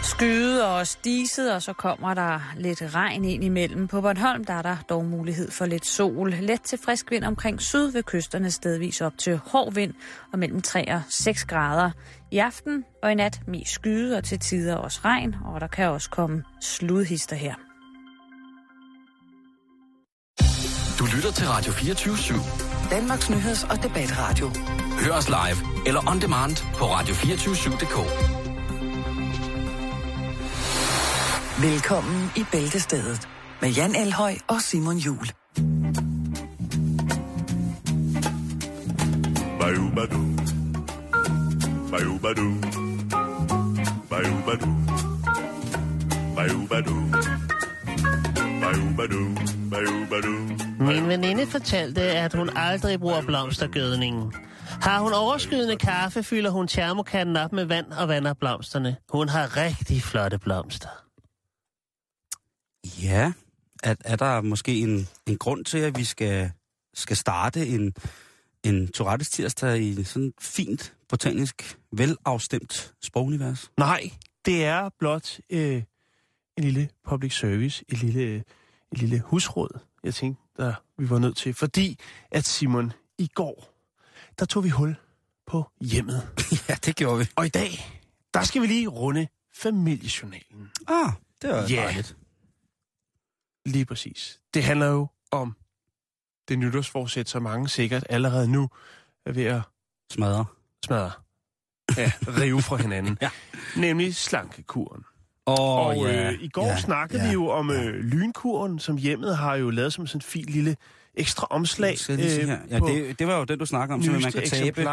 Skyet og også diset, og så kommer der lidt regn ind imellem. På Bornholm der er der dog mulighed for lidt sol. Let til frisk vind omkring syd ved kysterne, stedvis op til hård vind og mellem 3 og 6 grader. I aften og i nat mest skyet og til tider også regn, og der kan også komme sludhister her. Du lytter til Radio 24/7. Danmarks nyheds- og debatradio. Hør os live eller on demand på radio247.dk. Velkommen i Bæltestedet med Jan Elhøj og Simon Juhl. Min veninde fortalte, at hun aldrig bruger blomstergødningen. Har hun overskydende kaffe, fylder hun termokanden op med vand og vander blomsterne. Hun har rigtig flotte blomster. Ja, er der måske en grund til, at vi skal starte en Tourettes tirsdag i sådan fint, botanisk, velafstemt sprogunivers? Nej, det er blot en lille public service, et lille husråd, jeg tænkte, der vi var nødt til. Fordi at Simon, i går, der tog vi hul på hjemmet. Ja, det gjorde vi. Og i dag, der skal vi lige runde familiejournalen. Det var dejligt. Lige præcis. Det handler jo om det nytårsforsæt, så mange sikkert allerede nu er ved at smadre. Ja, rive fra hinanden. Ja. Nemlig slankekuren. I går snakkede vi jo om lynkuren, som hjemmet har jo lavet som sådan en fin lille ekstra omslag. Det var jo den, du snakker om, så man kan tabe.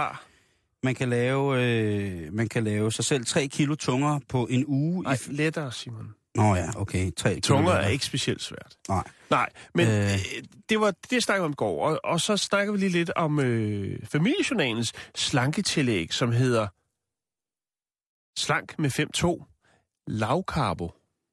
Man kan lave sig selv 3 kilo tungere på en uge. Nej, lettere, Simon. Nå ja, okay. 3 kilo tunger er ikke specielt svært. Nej, men det var det, snakkede vi om i går. Og så snakker vi lige lidt om familiejournalens slanketillæg, som hedder Slank med 5-2. Lavkarbo.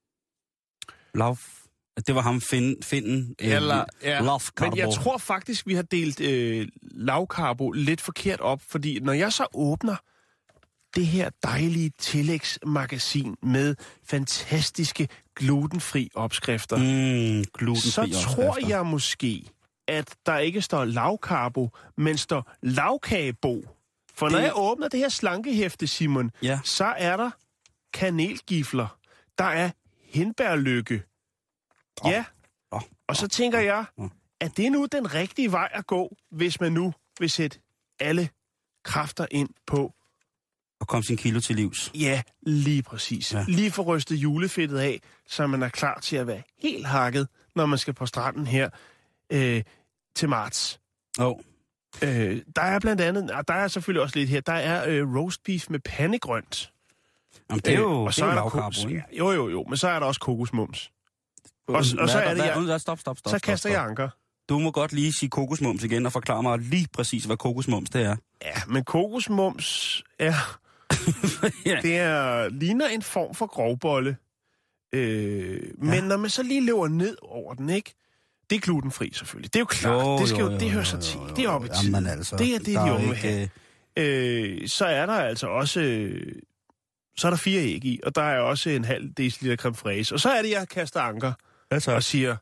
Det var ham finden. Men jeg tror faktisk, vi har delt lavkarbo lidt forkert op, fordi når jeg så åbner det her dejlige tillægsmagasin med fantastiske glutenfri opskrifter, så tror jeg måske, at der ikke står lavkarbo, men står lavkagebo. For når jeg åbner det her slankehæfte, Simon, så er der kanelgifler, der er hindbærlykke. Og så tænker jeg, at det er nu den rigtige vej at gå, hvis man nu vil sætte alle kræfter ind på og komme sin kilo til livs. Ja, lige præcis. Ja. Lige få rystet julefedtet af, så man er klar til at være helt hakket, når man skal på stranden her til marts. Der er blandt andet, der er selvfølgelig også lidt her, der er roast beef med pandegrønt. Jamen, det er jo, og så er der lavkarbo, ikke? Jo, men så er der også kokosmums. Og så er det, Stop. Så kaster jeg anker. Du må godt lige sige kokosmums igen og forklare mig lige præcis, hvad kokosmums det er. Ja, men kokosmums er... ligner en form for grovbolle. Men når man så lige løber ned over den, ikke? Det er glutenfri selvfølgelig. Det er jo klart. Det hører sig til. Det er oppe i tiden. Altså, det er det, de unge vil have. Så er der altså også... Så er der 4 æg i, og der er også en halv deciliter creme fraise. Og så er det, jeg kaster anker og siger,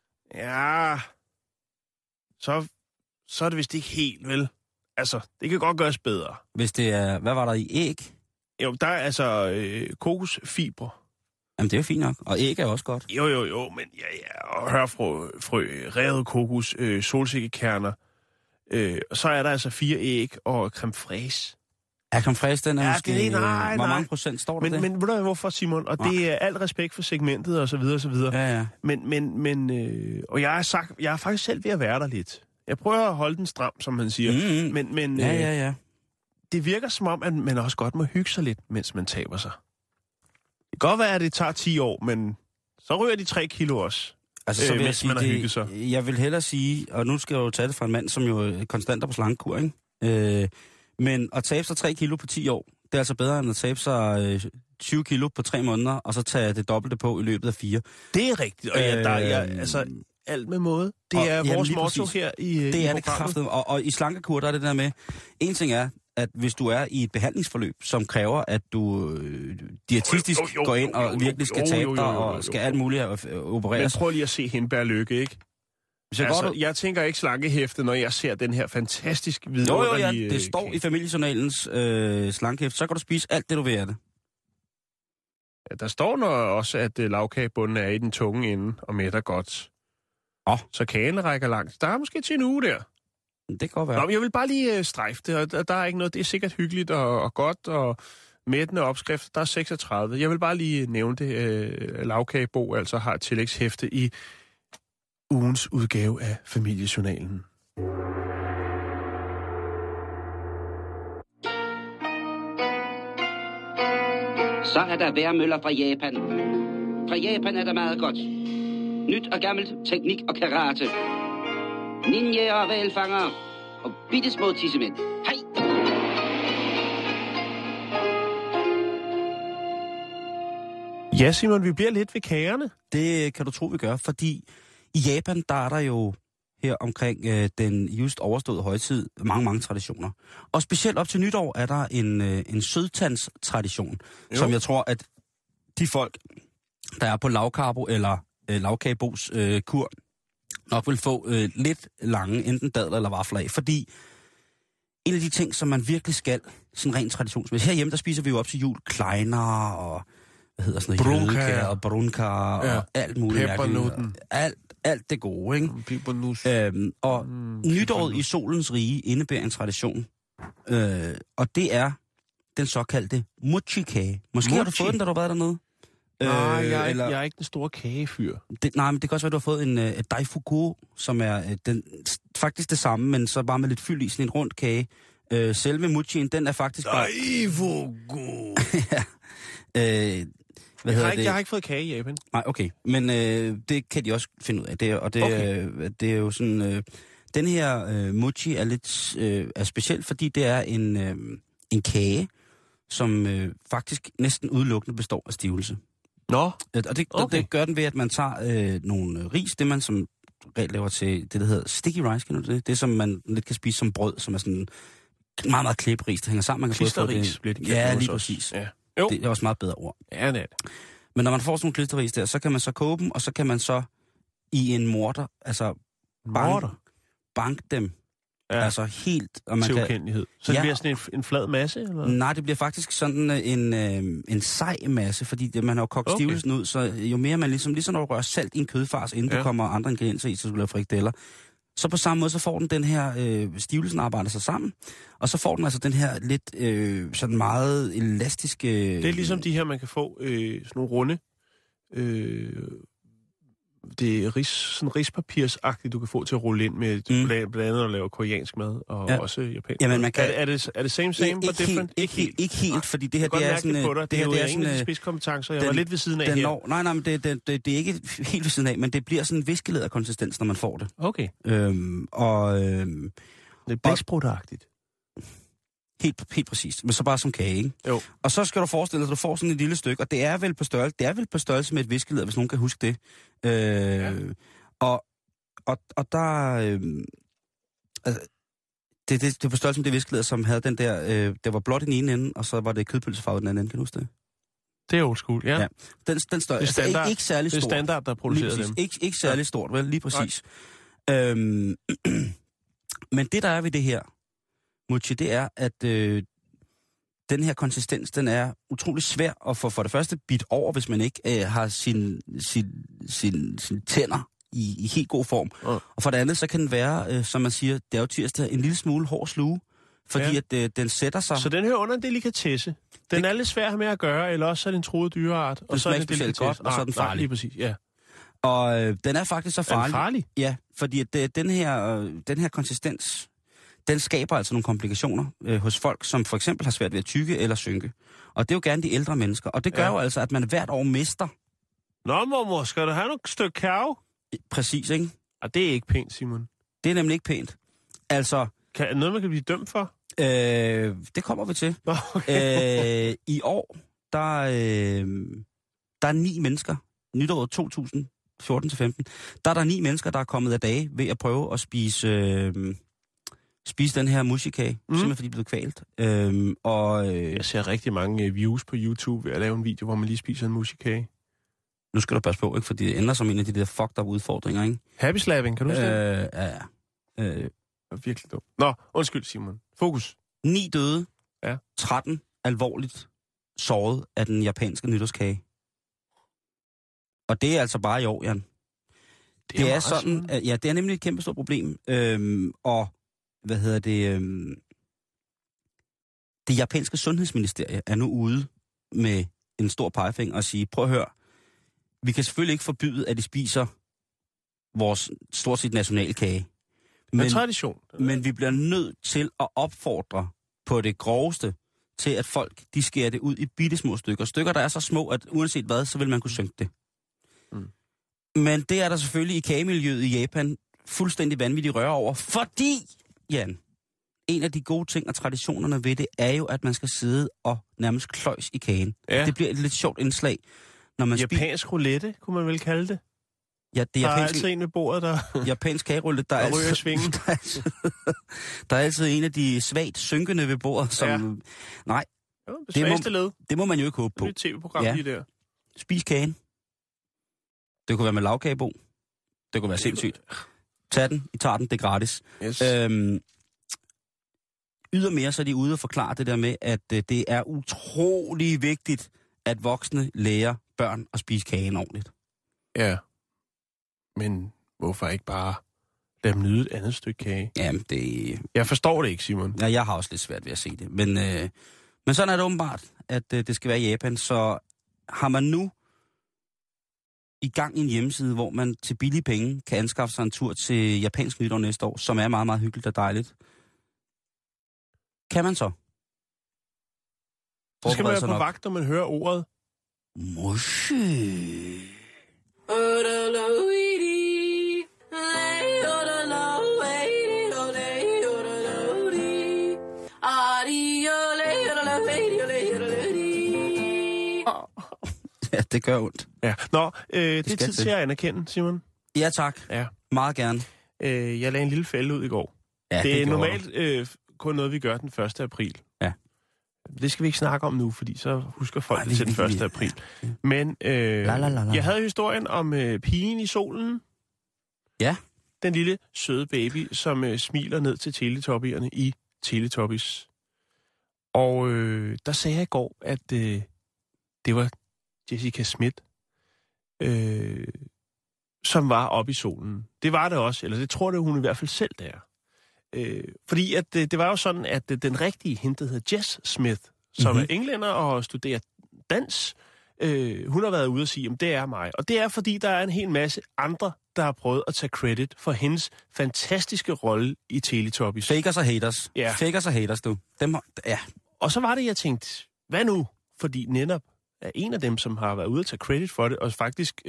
så er det vist ikke helt, vel? Altså, det kan godt gøres bedre. Hvis det er... Hvad var der i æg? Jo, der er altså kokosfibre. Jamen, det er jo fint nok. Og æg er også godt. Jo, men og hørfrø, revet kokos, solsikkekerner. Og så er der altså 4 æg og creme fraise. Ja, creme fraise, den er måske... Nej. Hvor mange procent står der det? Men ved du hvorfor, Simon? Og det er alt respekt for segmentet og så videre, og så videre. Ja. Men og jeg er faktisk selv ved at være der lidt. Jeg prøver at holde den stram, som man siger. Men ja. Det virker som om, at man også godt må hygge sig lidt, mens man taber sig. Det kan godt være, at det tager 10 år, men så ryger de 3 kilo også. Altså, så vil mens man har hygget sig. Jeg vil hellere sige, og nu skal jeg jo tage det fra en mand, som jo konstant er på slankekur, ikke? Men at tabe sig 3 kilo på 10 år, det er altså bedre end at tabe sig 20 kilo på 3 måneder, og så tage det dobbelte på i løbet af 4. Det er rigtigt, og altså alt med måde. Det er vores motto her i det er det kraftigt, og i slankekur, der er det der med, en ting er, at hvis du er i et behandlingsforløb, som kræver, at du diætistisk går ind og virkelig skal tabe dig og skal alt muligt opereres. Men prøv lige at se Hindberg Lykke, ikke? Jeg tænker ikke slankehæfte, når jeg ser den her fantastisk vidunderlige... Jo, det står i familiejournalens slankehæfte. Så kan du spise alt det, du vil af det. Ja, der står også, at lavkagebunden er i den tunge ende og mætter godt. Så kagen rækker langt. Der er måske til en uge der. Det kan godt være. Nå, jeg vil bare lige strejfe det, og der er ikke noget... Det er sikkert hyggeligt og godt og mættende opskrift. Der er 36. Jeg vil bare lige nævne det. Lavkagebo altså har et tillægshæfte i ugens udgave af familiejournalen. Så er der vejrmøller fra Japan. Fra Japan er der meget godt. Nyt og gammelt, teknik og karate. Ninjaer og hvalfangere. Og bittesmå tissemænd. Hej! Ja, Simon, vi bliver lidt ved kagerne. Det kan du tro, vi gør, fordi i Japan, der er der jo her omkring den just overståede højtid mange traditioner. Og specielt op til nytår er der en sødtandstradition, som jeg tror, at de folk, der er på lavkarbo eller lavkagebos kur, nok vil få lidt lange enten dadler eller vafler af. Fordi en af de ting, som man virkelig skal, sådan rent traditionsmæssigt, herhjemme, der spiser vi jo op til jul kleiner og brunkager og brunkager og alt muligt. Peppernutten. Alt det gode, ikke? Og nytåret i solens rige indebærer en tradition. Og det er den såkaldte mochi-kage. Måske har du fået den, da du har været dernede? Nej, jeg er ikke den store kagefyr. Nej, men det kan også være, at du har fået en daifuku, som er faktisk det samme, men så bare med lidt fyld i, sådan en rund kage. Selve mochien, den er faktisk bare... Daifuku! ja. Jeg har ikke fået kage i Japan. Nej, okay. Men det kan de også finde ud af. Det er jo sådan... den her mochi er lidt er speciel, fordi det er en kage, som faktisk næsten udelukkende består af stivelse. Nå, og det gør den ved, at man tager nogle ris, det man som regel laver til det, der hedder sticky rice, kan du det? Det, som man lidt kan spise som brød, som er sådan meget, meget klipperis, der hænger sammen. Man kan klisterris bliver det kaldt. Ja, lige præcis. Ja. Det er også meget bedre ord. Ja, det er det. Men når man får sådan nogle klisterris der, så kan man så koge dem, og så kan man så i en morter, altså banke dem. Ja. Altså helt... Og man til ukendelighed. Så det bliver sådan en flad masse, eller? Nej, det bliver faktisk sådan en sej masse, fordi man har jo kogt stivelsen ud, så jo mere man ligesom når du rører salt i en kødfars, inden der kommer andre ingredienser i, så du laver frikadeller, så på samme måde, så får den her stivelsen arbejder sig sammen, og så får den altså den her lidt sådan meget elastiske... Det er ligesom de her, man kan få sådan nogle runde... det er sådan rispapirsagtigt, du kan få til at rulle ind med blandt andet at lave koreansk mad og også japansk. Jamen, man kan... Er det same, but different? Ikke helt, fordi det her det er sådan... Det her er ingen af de spidskompetencer, jeg var lidt ved siden af her. Nej, men det er ikke helt ved siden af, men det bliver sådan en viskelæderkonsistens, når man får det. Okay. Det er blæksprutagtigt. Helt præcist, men så bare som kage, ikke? Jo. Og så skal du forestille dig, at du får sådan et lille stykke, og det er vel på størrelse med et viskelæder, hvis nogen kan huske det. Og der... det er på størrelse med det viskelæder, som havde den der... det var blåt i den ene ende, og så var det kødpølsefarvet i den anden ende, kan du huske det? Det er old school, ja. Den størrelse, det er standard, altså, ikke særlig stort. Det er standard, der producerer dem. Ikke særlig stort, vel? Lige præcis. Men det, der er ved det her, mochi, det er, at den her konsistens, den er utrolig svær at få for det første bidt over, hvis man ikke har sin tænder i helt god form. Og for det andet, så kan den være, som man siger, det er jo tirsdag, en lille smule hård sluge, fordi at den sætter sig... Så den hører under en delikatesse. Den er lidt svær med at gøre, eller også er det en truet dyreart. Og så er den delikatesse, godt, og så er den farlig. Lige præcis, ja. Og den er faktisk så farlig. Er den farlig? Ja, fordi at den her konsistens... Den skaber altså nogle komplikationer hos folk, som for eksempel har svært ved at tygge eller synke. Og det er jo gerne de ældre mennesker. Og det gør jo altså, at man hvert år mister... Nå, mormor, skal du have noget stykke kærve? Præcis, ikke? Og det er ikke pænt, Simon. Det er nemlig ikke pænt. Altså... Er noget, man kan blive dømt for? Det kommer vi til. Okay. I år, der er 9 mennesker, nytåret 2014-15, der er 9 mennesker, der er kommet af dage ved at prøve at spise... spise den her musikage, simpelthen fordi de blev kvalt. Jeg ser rigtig mange views på YouTube ved at lave en video, hvor man lige spiser en musikage. Nu skal du passe på, ikke? Fordi det ender som en af de der fucked up udfordringer, ikke? Happy slapping, kan du huske det? Ja. Det er virkelig dumt. Nå, undskyld Simon. Fokus. 9 døde. Ja. 13 alvorligt såret af den japanske nytårskage. Og det er altså bare i år, Jan. Det er sådan, ja, det er nemlig et kæmpe stort problem. Det japanske sundhedsministerie er nu ude med en stor pegefinger og sige, prøv at høre, vi kan selvfølgelig ikke forbyde, at de spiser vores stort set nationalkage. Men tradition. Men vi bliver nødt til at opfordre på det groveste til, at folk, de skærer det ud i bittesmå stykker. Stykker, der er så små, at uanset hvad, så vil man kunne synke det. Men det er der selvfølgelig i kagemiljøet i Japan fuldstændig vanvittigt røre over, fordi, Jan, en af de gode ting og traditionerne ved det, er jo, at man skal sidde og nærmest kløjs i kagen. Ja. Det bliver et lidt sjovt indslag, når man japansk roulette, kunne man vel kalde det? Ja, det er der er altid en ved bordet, der... Japansk kagerulle, der ryger svingen. Der er altid en af de svagt synkende ved bordet, som... Ja. Nej, det må man jo ikke håbe på. Det er et tv-program lige der. Spis kagen. Det kunne være med lavkagebo. Det kunne være sindssygt. Tag den, I tager den, det er gratis. Yes. Ydermere så er de ude og forklare det der med, at det er utrolig vigtigt, at voksne lærer børn at spise kagen ordentligt. Ja. Men hvorfor ikke bare lade dem nyde et andet stykke kage? Jamen, det... Jeg forstår det ikke, Simon. Ja, jeg har også lidt svært ved at se det. Men sådan er det åbenbart, at det skal være i Japan. Så har man nu i gang i en hjemmeside, hvor man til billige penge kan anskaffe sig en tur til japansk nytår næste år, som er meget, meget hyggeligt og dejligt. Kan man så? Så skal man være på vagt, når man hører ordet. Moshi. Ja, det gør ondt. Ja. Nå, det er tid til at anerkende, Simon. Ja, tak. Ja. Meget gerne. Jeg lagde en lille fælde ud i går. Ja, det er normalt kun noget, vi gør den 1. april. Ja. Det skal vi ikke snakke om nu, fordi så husker folk det til den 1. april. Men jeg havde historien om pigen i solen. Ja. Den lille søde baby, som smiler ned til Teletubbierne i Teletubbies. Og der sagde jeg i går, at det var Jessica Schmidt, som var oppe i solen. Det var det også, eller det tror det hun i hvert fald selv, der. Fordi at det var jo sådan, at den rigtige hende, der hedder Jess Smith, som er englænder og studerer dans, hun har været ude og sige, at det er mig. Og det er, fordi der er en hel masse andre, der har prøvet at tage credit for hendes fantastiske rolle i Teletubbies. Fakers og haters. Ja. Fakers og haters, du. Ja. Og så var det, jeg tænkte, hvad nu? Fordi netop er en af dem, som har været ude at tage credit for det, og faktisk,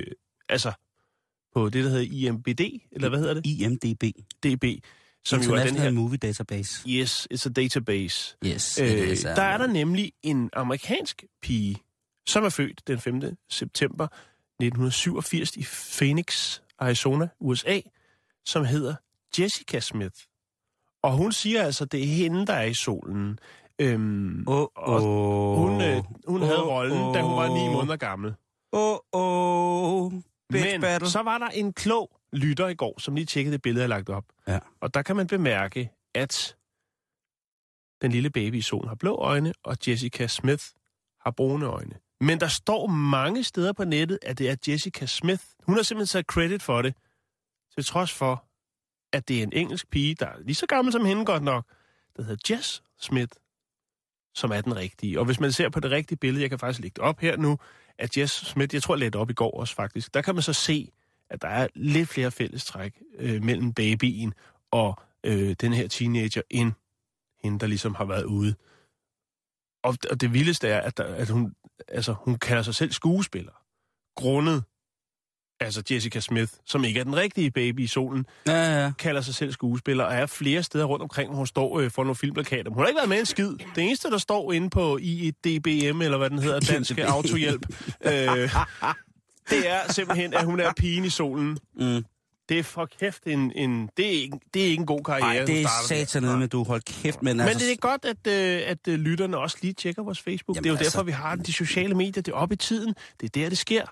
på det, der hedder IMDb, eller hvad hedder det? IMDb. DB. Som jo er den her Movie Database. Yes, it's a database. Yes, der er der nemlig en amerikansk pige, som er født den 5. september 1987 i Phoenix, Arizona, USA, som hedder Jessica Smith. Og hun siger altså, det er hende, der er i solen. Hun havde rollen, da hun var 9 måneder gammel. Men battle. Så var der en klog lytter i går, som lige tjekkede det billede, jeg lagt op. Ja. Og der kan man bemærke, at den lille baby i solen har blå øjne, og Jessica Smith har brune øjne. Men der står mange steder på nettet, at det er Jessica Smith. Hun har simpelthen taget credit for det, til trods for, at det er en engelsk pige, der er lige så gammel som hende godt nok, der hedder Jess Smith, som er den rigtige. Og hvis man ser på det rigtige billede, jeg kan faktisk lægge det op her nu, at Jess Smith, jeg tror, jeg lagde det op i går også faktisk, der kan man så se, at der er lidt flere fællestræk mellem babyen og den her teenager, end hende, der ligesom har været ude. Og det vildeste er, at hun kalder sig selv skuespiller. Grundet, altså Jessica Smith, som ikke er den rigtige baby i solen, kalder sig selv skuespiller, og er flere steder rundt omkring, hvor hun står for nogle filmplakater. Hun har ikke været med en skid. Det eneste, der står inde på IDBM, eller hvad den hedder, Dansk Autohjælp, det er simpelthen, at hun er pigen i solen. Det Det er for kæft det er ikke en god karriere. Nej, det er satanet med, du hold kæft. Men altså, det er godt, at lytterne også lige tjekker vores Facebook. Jamen, det er jo derfor, vi har de sociale medier. Det er oppe i tiden. Det er der, det sker.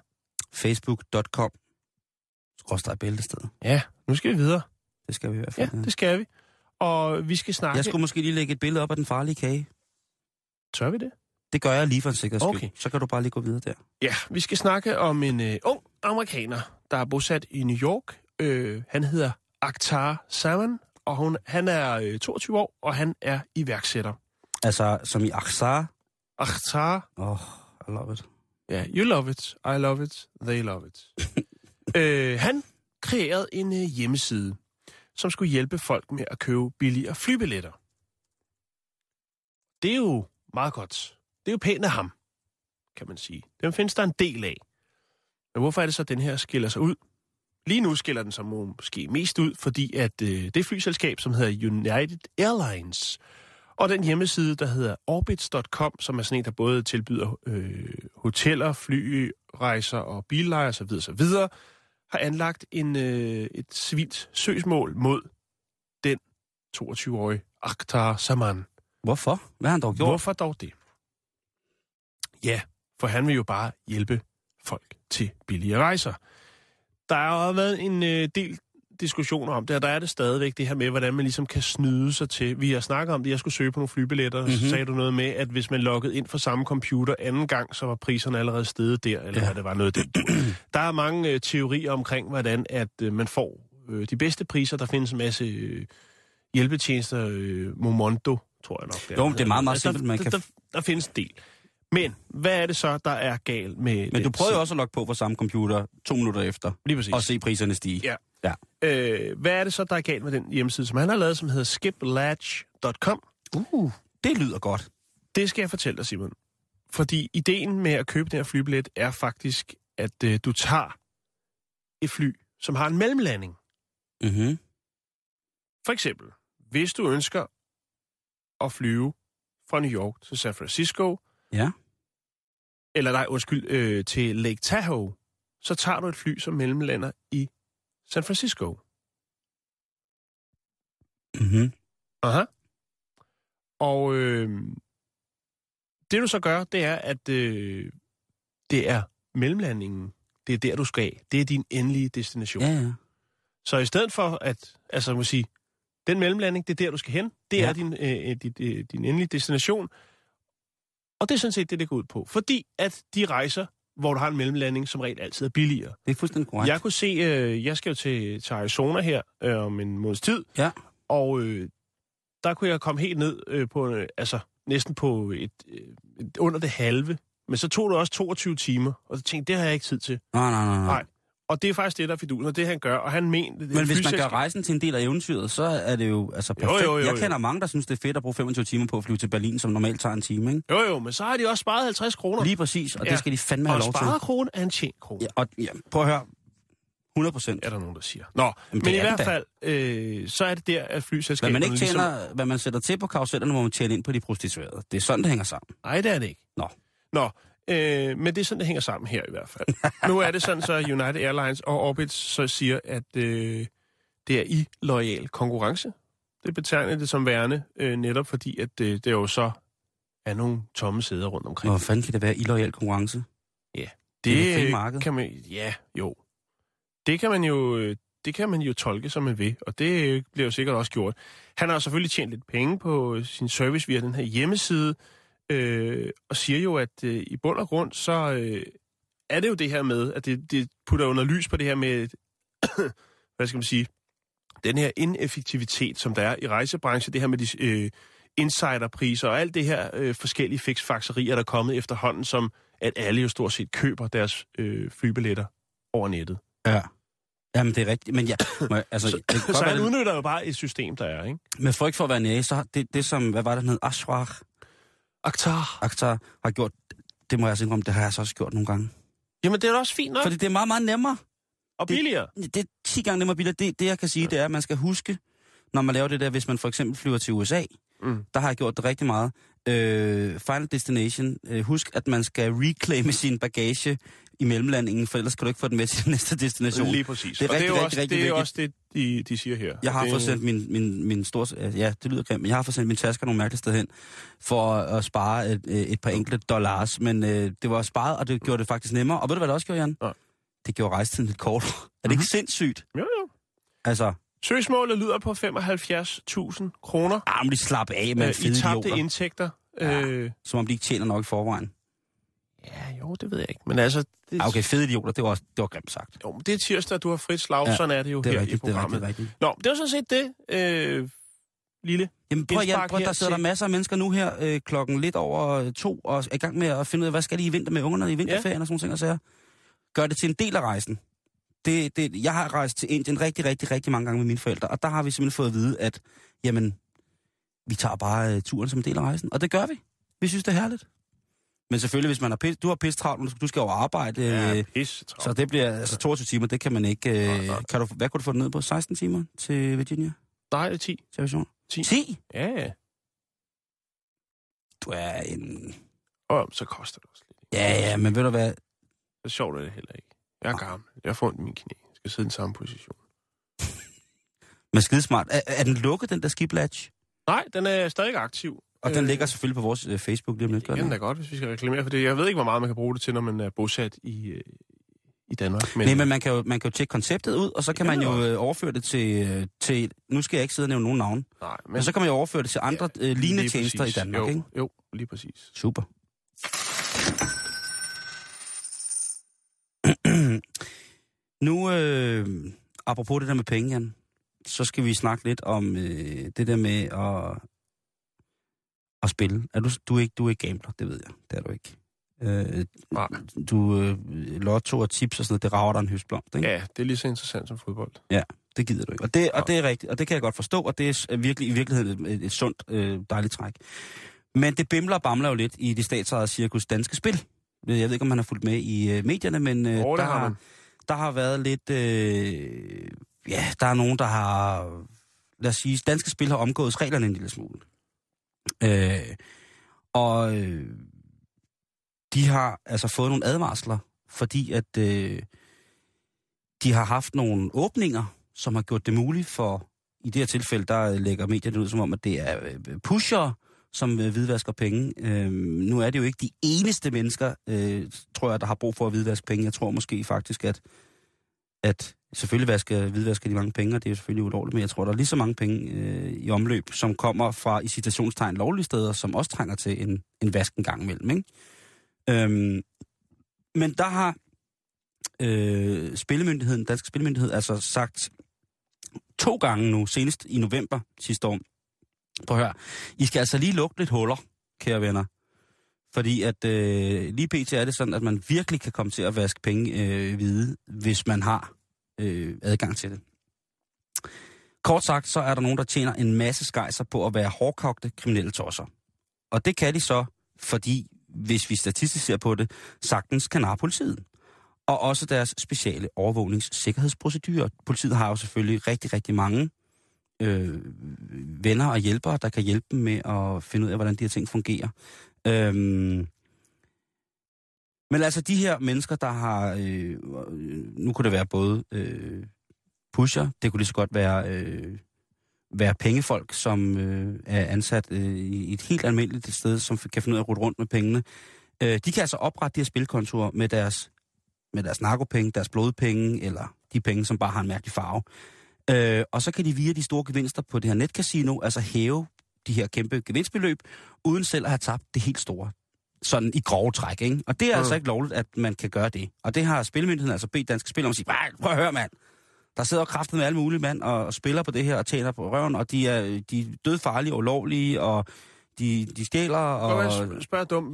Facebook.com/bæltested. Ja, nu skal vi videre. Det skal vi i hvert fald. Ja, det skal vi. Og vi skal snakke... Jeg skulle måske lige lægge et billede op af den farlige kage. Tør vi det? Det gør jeg lige for en sikkerheds skyld. Okay. Så kan du bare lige gå videre der. Ja, vi skal snakke om en ung amerikaner, der er bosat i New York. Han hedder Akhtar Zaman, og han er 22 år, og han er iværksætter. Altså, som i Akhtar? Akhtar. I love it. Ja, yeah, you love it, I love it, they love it. Han kreerede en hjemmeside, som skulle hjælpe folk med at købe billigere flybilletter. Det er jo meget godt. Det er jo pænt af ham, kan man sige. Den findes der en del af. Men hvorfor er det så, at den her skiller sig ud? Lige nu skiller den sig måske mest ud, fordi at det flyselskab, som hedder United Airlines, og den hjemmeside, der hedder Orbitz.com, som er sådan en, der både tilbyder hoteller, flyrejser og billeje osv., har anlagt et civilt søgsmål mod den 22-årige Akhtar Zaman. Hvorfor? Hvad har han dog gjort? Hvorfor dog det? Ja, for han vil jo bare hjælpe folk til billige rejser. Der har jo været en del diskussioner om det, og der er det stadigvæk det her med, hvordan man ligesom kan snyde sig til. Vi har snakket om det, jeg skulle søge på nogle flybilletter, og så sagde du noget med, at hvis man loggede ind for samme computer anden gang, så var priserne allerede steget der, eller hvad det var noget den. Der er mange teorier omkring, hvordan at man får de bedste priser. Der findes en masse hjælpetjenester, Momondo, tror jeg nok. Jo, det er meget, meget simpelt, man kan... Der findes en del. Men hvad er det så, der er galt med... Men du prøvede jo også at logge på samme computer 2 minutter efter. Lige præcis. Og se priserne stige. Ja. Ja. Hvad er det så, der er galt med den hjemmeside, som han har lavet, som hedder skiplatch.com? Det lyder godt. Det skal jeg fortælle dig, Simon. Fordi ideen med at købe den her flybillet er faktisk, at du tager et fly, som har en mellemlanding. Mhm. For eksempel, hvis du ønsker at flyve fra New York til San Francisco, ja. Eller til Lake Tahoe, så tager du et fly, som mellemlander i San Francisco. Mhm. Aha. Og det du så gør, det er, at det er mellemlandingen. Det er der, du skal af. Det er din endelige destination. Ja. Så i stedet for at, altså må sige, den mellemlanding, det er der, du skal hen. Det er din endelige destination. Og det er sådan set det går ud på. Fordi at de rejser, hvor du har en mellemlanding, som regel altid er billigere. Det er fuldstændig korrekt. Jeg kunne se, jeg skal jo til Arizona her om en måneds tid. Ja. Og der kunne jeg komme helt ned på, næsten på et under det halve. Men så tog det også 22 timer, og så tænkte, det har jeg ikke tid til. Nej. Og det er faktisk det, der er fidusen, og det han gør, og han mener... Men hvis man gør rejsen til en del af eventyret, så er det jo altså perfekt. Jo. Jeg kender mange, der synes, det er fedt at bruge 25 timer på at flyve til Berlin, som normalt tager en time, ikke? Jo, men så har de også sparet 50 kroner. Lige præcis, og det skal de fandme have lov til. Og sparet krone er en tjent krone. Prøv at høre. 100%. Er der nogen, der siger. Nå, men i hvert fald, så er det der, at flyselskaberne... Hvad man ikke tjener, hvad man sætter til på karusellerne, må man tjene ind på de prostituerede. Det er sådan, det hænger sammen. Nej, det er det ikke. Nå. Men det er sådan, det hænger sammen her i hvert fald. Nu er det sådan, så United Airlines og Orbitz så siger, at det er i loyal konkurrence. Det betegner det som værende, netop fordi, at det jo så er nogle tomme sæder rundt omkring. Hvor fanden kan det være i loyal konkurrence? Ja, det kan man... Ja, jo. Det kan man jo tolke, som man vil, og det bliver jo sikkert også gjort. Han har selvfølgelig tjent lidt penge på sin service via den her hjemmeside, og siger jo, at i bund og grund, så er det jo det her med, at det putter under lys på det her med, hvad skal man sige, den her ineffektivitet, som der er i rejsebranchen, det her med de insiderpriser og alt det her forskellige fiksfakserier, der er kommet efterhånden, som at alle jo stort set køber deres flybilletter over nettet. Ja. Jamen, det er rigtigt, men ja... Altså, så han udnytter jo bare et system, der er, ikke? Med frygt for at være nære, så det som, hvad var det, han hed? Akhtar har gjort, det må jeg altså indrømme, det har jeg så også gjort nogle gange. Jamen, det er da også fint nok. Fordi det er meget, meget nemmere. Og billigere. Det er 10 gange nemmere billigere. Det jeg kan sige, det er, at man skal huske, når man laver det der, hvis man for eksempel flyver til USA, Der har jeg gjort det rigtig meget. Final Destination. Husk, at man skal reclaime sin bagage i mellemlandingen, for ellers kan du ikke få den med til den næste destination. Lige præcis. Det er rigtig det er også det, de siger her. Jeg har fået sendt min store... Ja, det lyder grimt, men jeg har fået sendt min tasker nogle mærkelige steder hen, for at spare et par enkelte dollars. Men det var sparet, og det gjorde det faktisk nemmere. Og ved du, hvad det også gjorde, Jan? Ja. Det gjorde rejsetiden lidt kort. Er det ikke sindssygt? Jo. Altså... Søgsmålet lyder på 75.000 kroner. Men de slap af med fede idioter. I tabte indtægter. Som om de ikke tjener nok i forvejen. Ja, jo, det ved jeg ikke. Men altså... Okay, fede idioter, det var grimt sagt. Jo, men det er tirsdag, du har frit slag, sådan er det jo det er her rigtigt, i programmet. Det er rigtigt. Nå, det var sådan set det, lille. Jamen prøv, der sidder der masser af mennesker nu her klokken lidt over 2, og er i gang med at finde ud af, hvad skal de i vinter med ungerne i vinterferien og sådan ting og sager. Gør det til en del af rejsen. Jeg har rejst til Indien rigtig mange gange med mine forældre, og der har vi simpelthen fået at vide, at jamen, vi tager bare turen som en del af rejsen, og det gør vi. Vi synes, det er herligt. Men selvfølgelig, hvis man har du har pisse travlt, du skal over arbejde. Ja, pisse travlt. Så det bliver altså 22 timer, det kan man ikke... hvad kunne du få det ned på? 16 timer til Virginia? Nej, det er 10. Til 10. 10? Ja. Du er en... Så koster det også lidt. Ja, men ved du hvad... Så sjovt er det heller ikke. Jeg er gammel. Jeg får ondt i min knæ. Jeg skal sidde i den samme position. Men skidesmart. Er den lukket, den der skibladge? Nej, den er stadig aktiv. Og den ligger selvfølgelig på vores Facebook lige om lidt. Det kan da godt, hvis vi skal reklamere for det. Jeg ved ikke, hvor meget man kan bruge det til, når man er bosat i Danmark. Men... Nej, men man kan jo tjekke konceptet ud, og så kan man jo overføre det til... Nu skal jeg ikke sidde og nævne nogen navn. Nej, men så kan man jo overføre det til andre lignende tjenester i Danmark, ikke? Jo, lige præcis. Super. Nu, apropos det der med penge, Jan, så skal vi snakke lidt om det der med at spille. Du er ikke gambler, det ved jeg. Det er du ikke. Lotto og tips og sådan noget, det rager dig en høstblomst, ikke? Ja, det er lige så interessant som fodbold. Ja, det gider du ikke. Og det er rigtigt, og det kan jeg godt forstå, og det er virkelig i virkeligheden et sundt, dejligt træk. Men det bimler og bamler jo lidt i det statsejede cirkus Danske Spil. Jeg ved ikke, om man har fulgt med i medierne, men der har været lidt... der er nogen, der har... Lad os sige, Danske Spil har omgået reglerne en lille smule. De har altså fået nogle advarsler, fordi at de har haft nogle åbninger, som har gjort det muligt for... I det her tilfælde, der lægger medierne ud som om, at det er pushere, som hvidvasker penge. Nu er det jo ikke de eneste mennesker, tror jeg, der har brug for at hvidvaske penge. Jeg tror måske faktisk, at selvfølgelig hvidvasker de mange penge, og det er jo selvfølgelig ulovligt, men jeg tror, der er lige så mange penge i omløb, som kommer fra, i citationstegn, lovlige steder, som også trænger til en vask en gang imellem, ikke? Men der har Spillemyndigheden, Dansk Spillemyndighed, altså sagt 2 gange nu, senest i november sidste år. Prøv at høre, I skal altså lige lukke lidt huller, kære venner. Fordi at lige pt. Er det sådan, at man virkelig kan komme til at vaske penge hvide, hvis man har adgang til det. Kort sagt, så er der nogen, der tjener en masse skejser på at være hårdkogte kriminelle tosser. Og det kan de så, fordi, hvis vi statistisk ser på det, sagtens kan narre politiet. Og også deres speciale overvågningssikkerhedsprocedurer. Politiet har jo selvfølgelig rigtig mange venner og hjælpere, der kan hjælpe dem med at finde ud af, hvordan de her ting fungerer. Men altså de her mennesker, der har... nu kunne det være både pusher, det kunne lige så godt være pengefolk, som er ansat i et helt almindeligt sted, som kan finde ud af at rute rundt med pengene. De kan altså oprette de her spilkontorer med deres narkopenge, deres blodpenge, eller de penge, som bare har en mærkelig farve. Og så kan de via de store gevinster på det her netcasino, altså hæve de her kæmpe gevinstbeløb, uden selv at have tabt det helt store. Sådan i grove træk, ikke? Og det er altså ikke lovligt, at man kan gøre det. Og det har Spillemyndigheden altså bedt Danske Spil om at sige, prøv at høre, mand. Der sidder kraftet med alle mulige mand og spiller på det her og tjener på røven, og de er dødfarlige og ulovlige, og de stjæler. Og... Spørg dumt,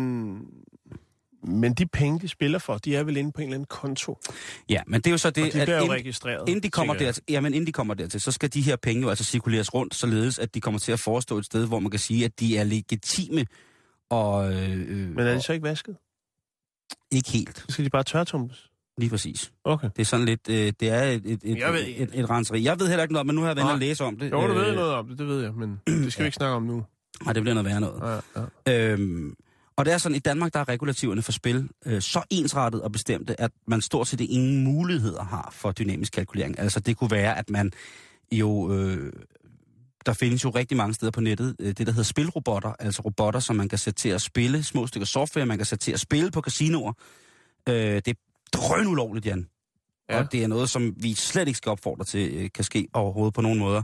men de penge, de spiller for, de er vel inde på en eller anden konto? Ja, men det er jo så det, og de bliver jo registreret. Inden de kommer dertil, så skal de her penge jo altså cirkuleres rundt, således at de kommer til at forestå et sted, hvor man kan sige, at de er legitime. Men er de så ikke vasket? Ikke helt. Så skal de bare tørretumbes? Lige præcis. Okay. Det er sådan lidt, det er et renseri. Jeg ved heller ikke noget, men nu har jeg været inde og læse om det. Jo, du ved noget om det, det ved jeg, men det skal vi ikke snakke om nu. Nej, det bliver noget værre noget. Ja. Og det er sådan, i Danmark, der er regulativerne for spil så ensrettet og bestemte, at man stort set ingen muligheder har for dynamisk kalkulering. Altså det kunne være, at man jo... der findes jo rigtig mange steder på nettet, det der hedder spilrobotter, altså robotter, som man kan sætte til at spille, små stykker software, man kan sætte til at spille på casinoer. Det er drønulovligt, Jan. Ja. Og det er noget, som vi slet ikke skal opfordre til, kan ske overhovedet på nogen måder.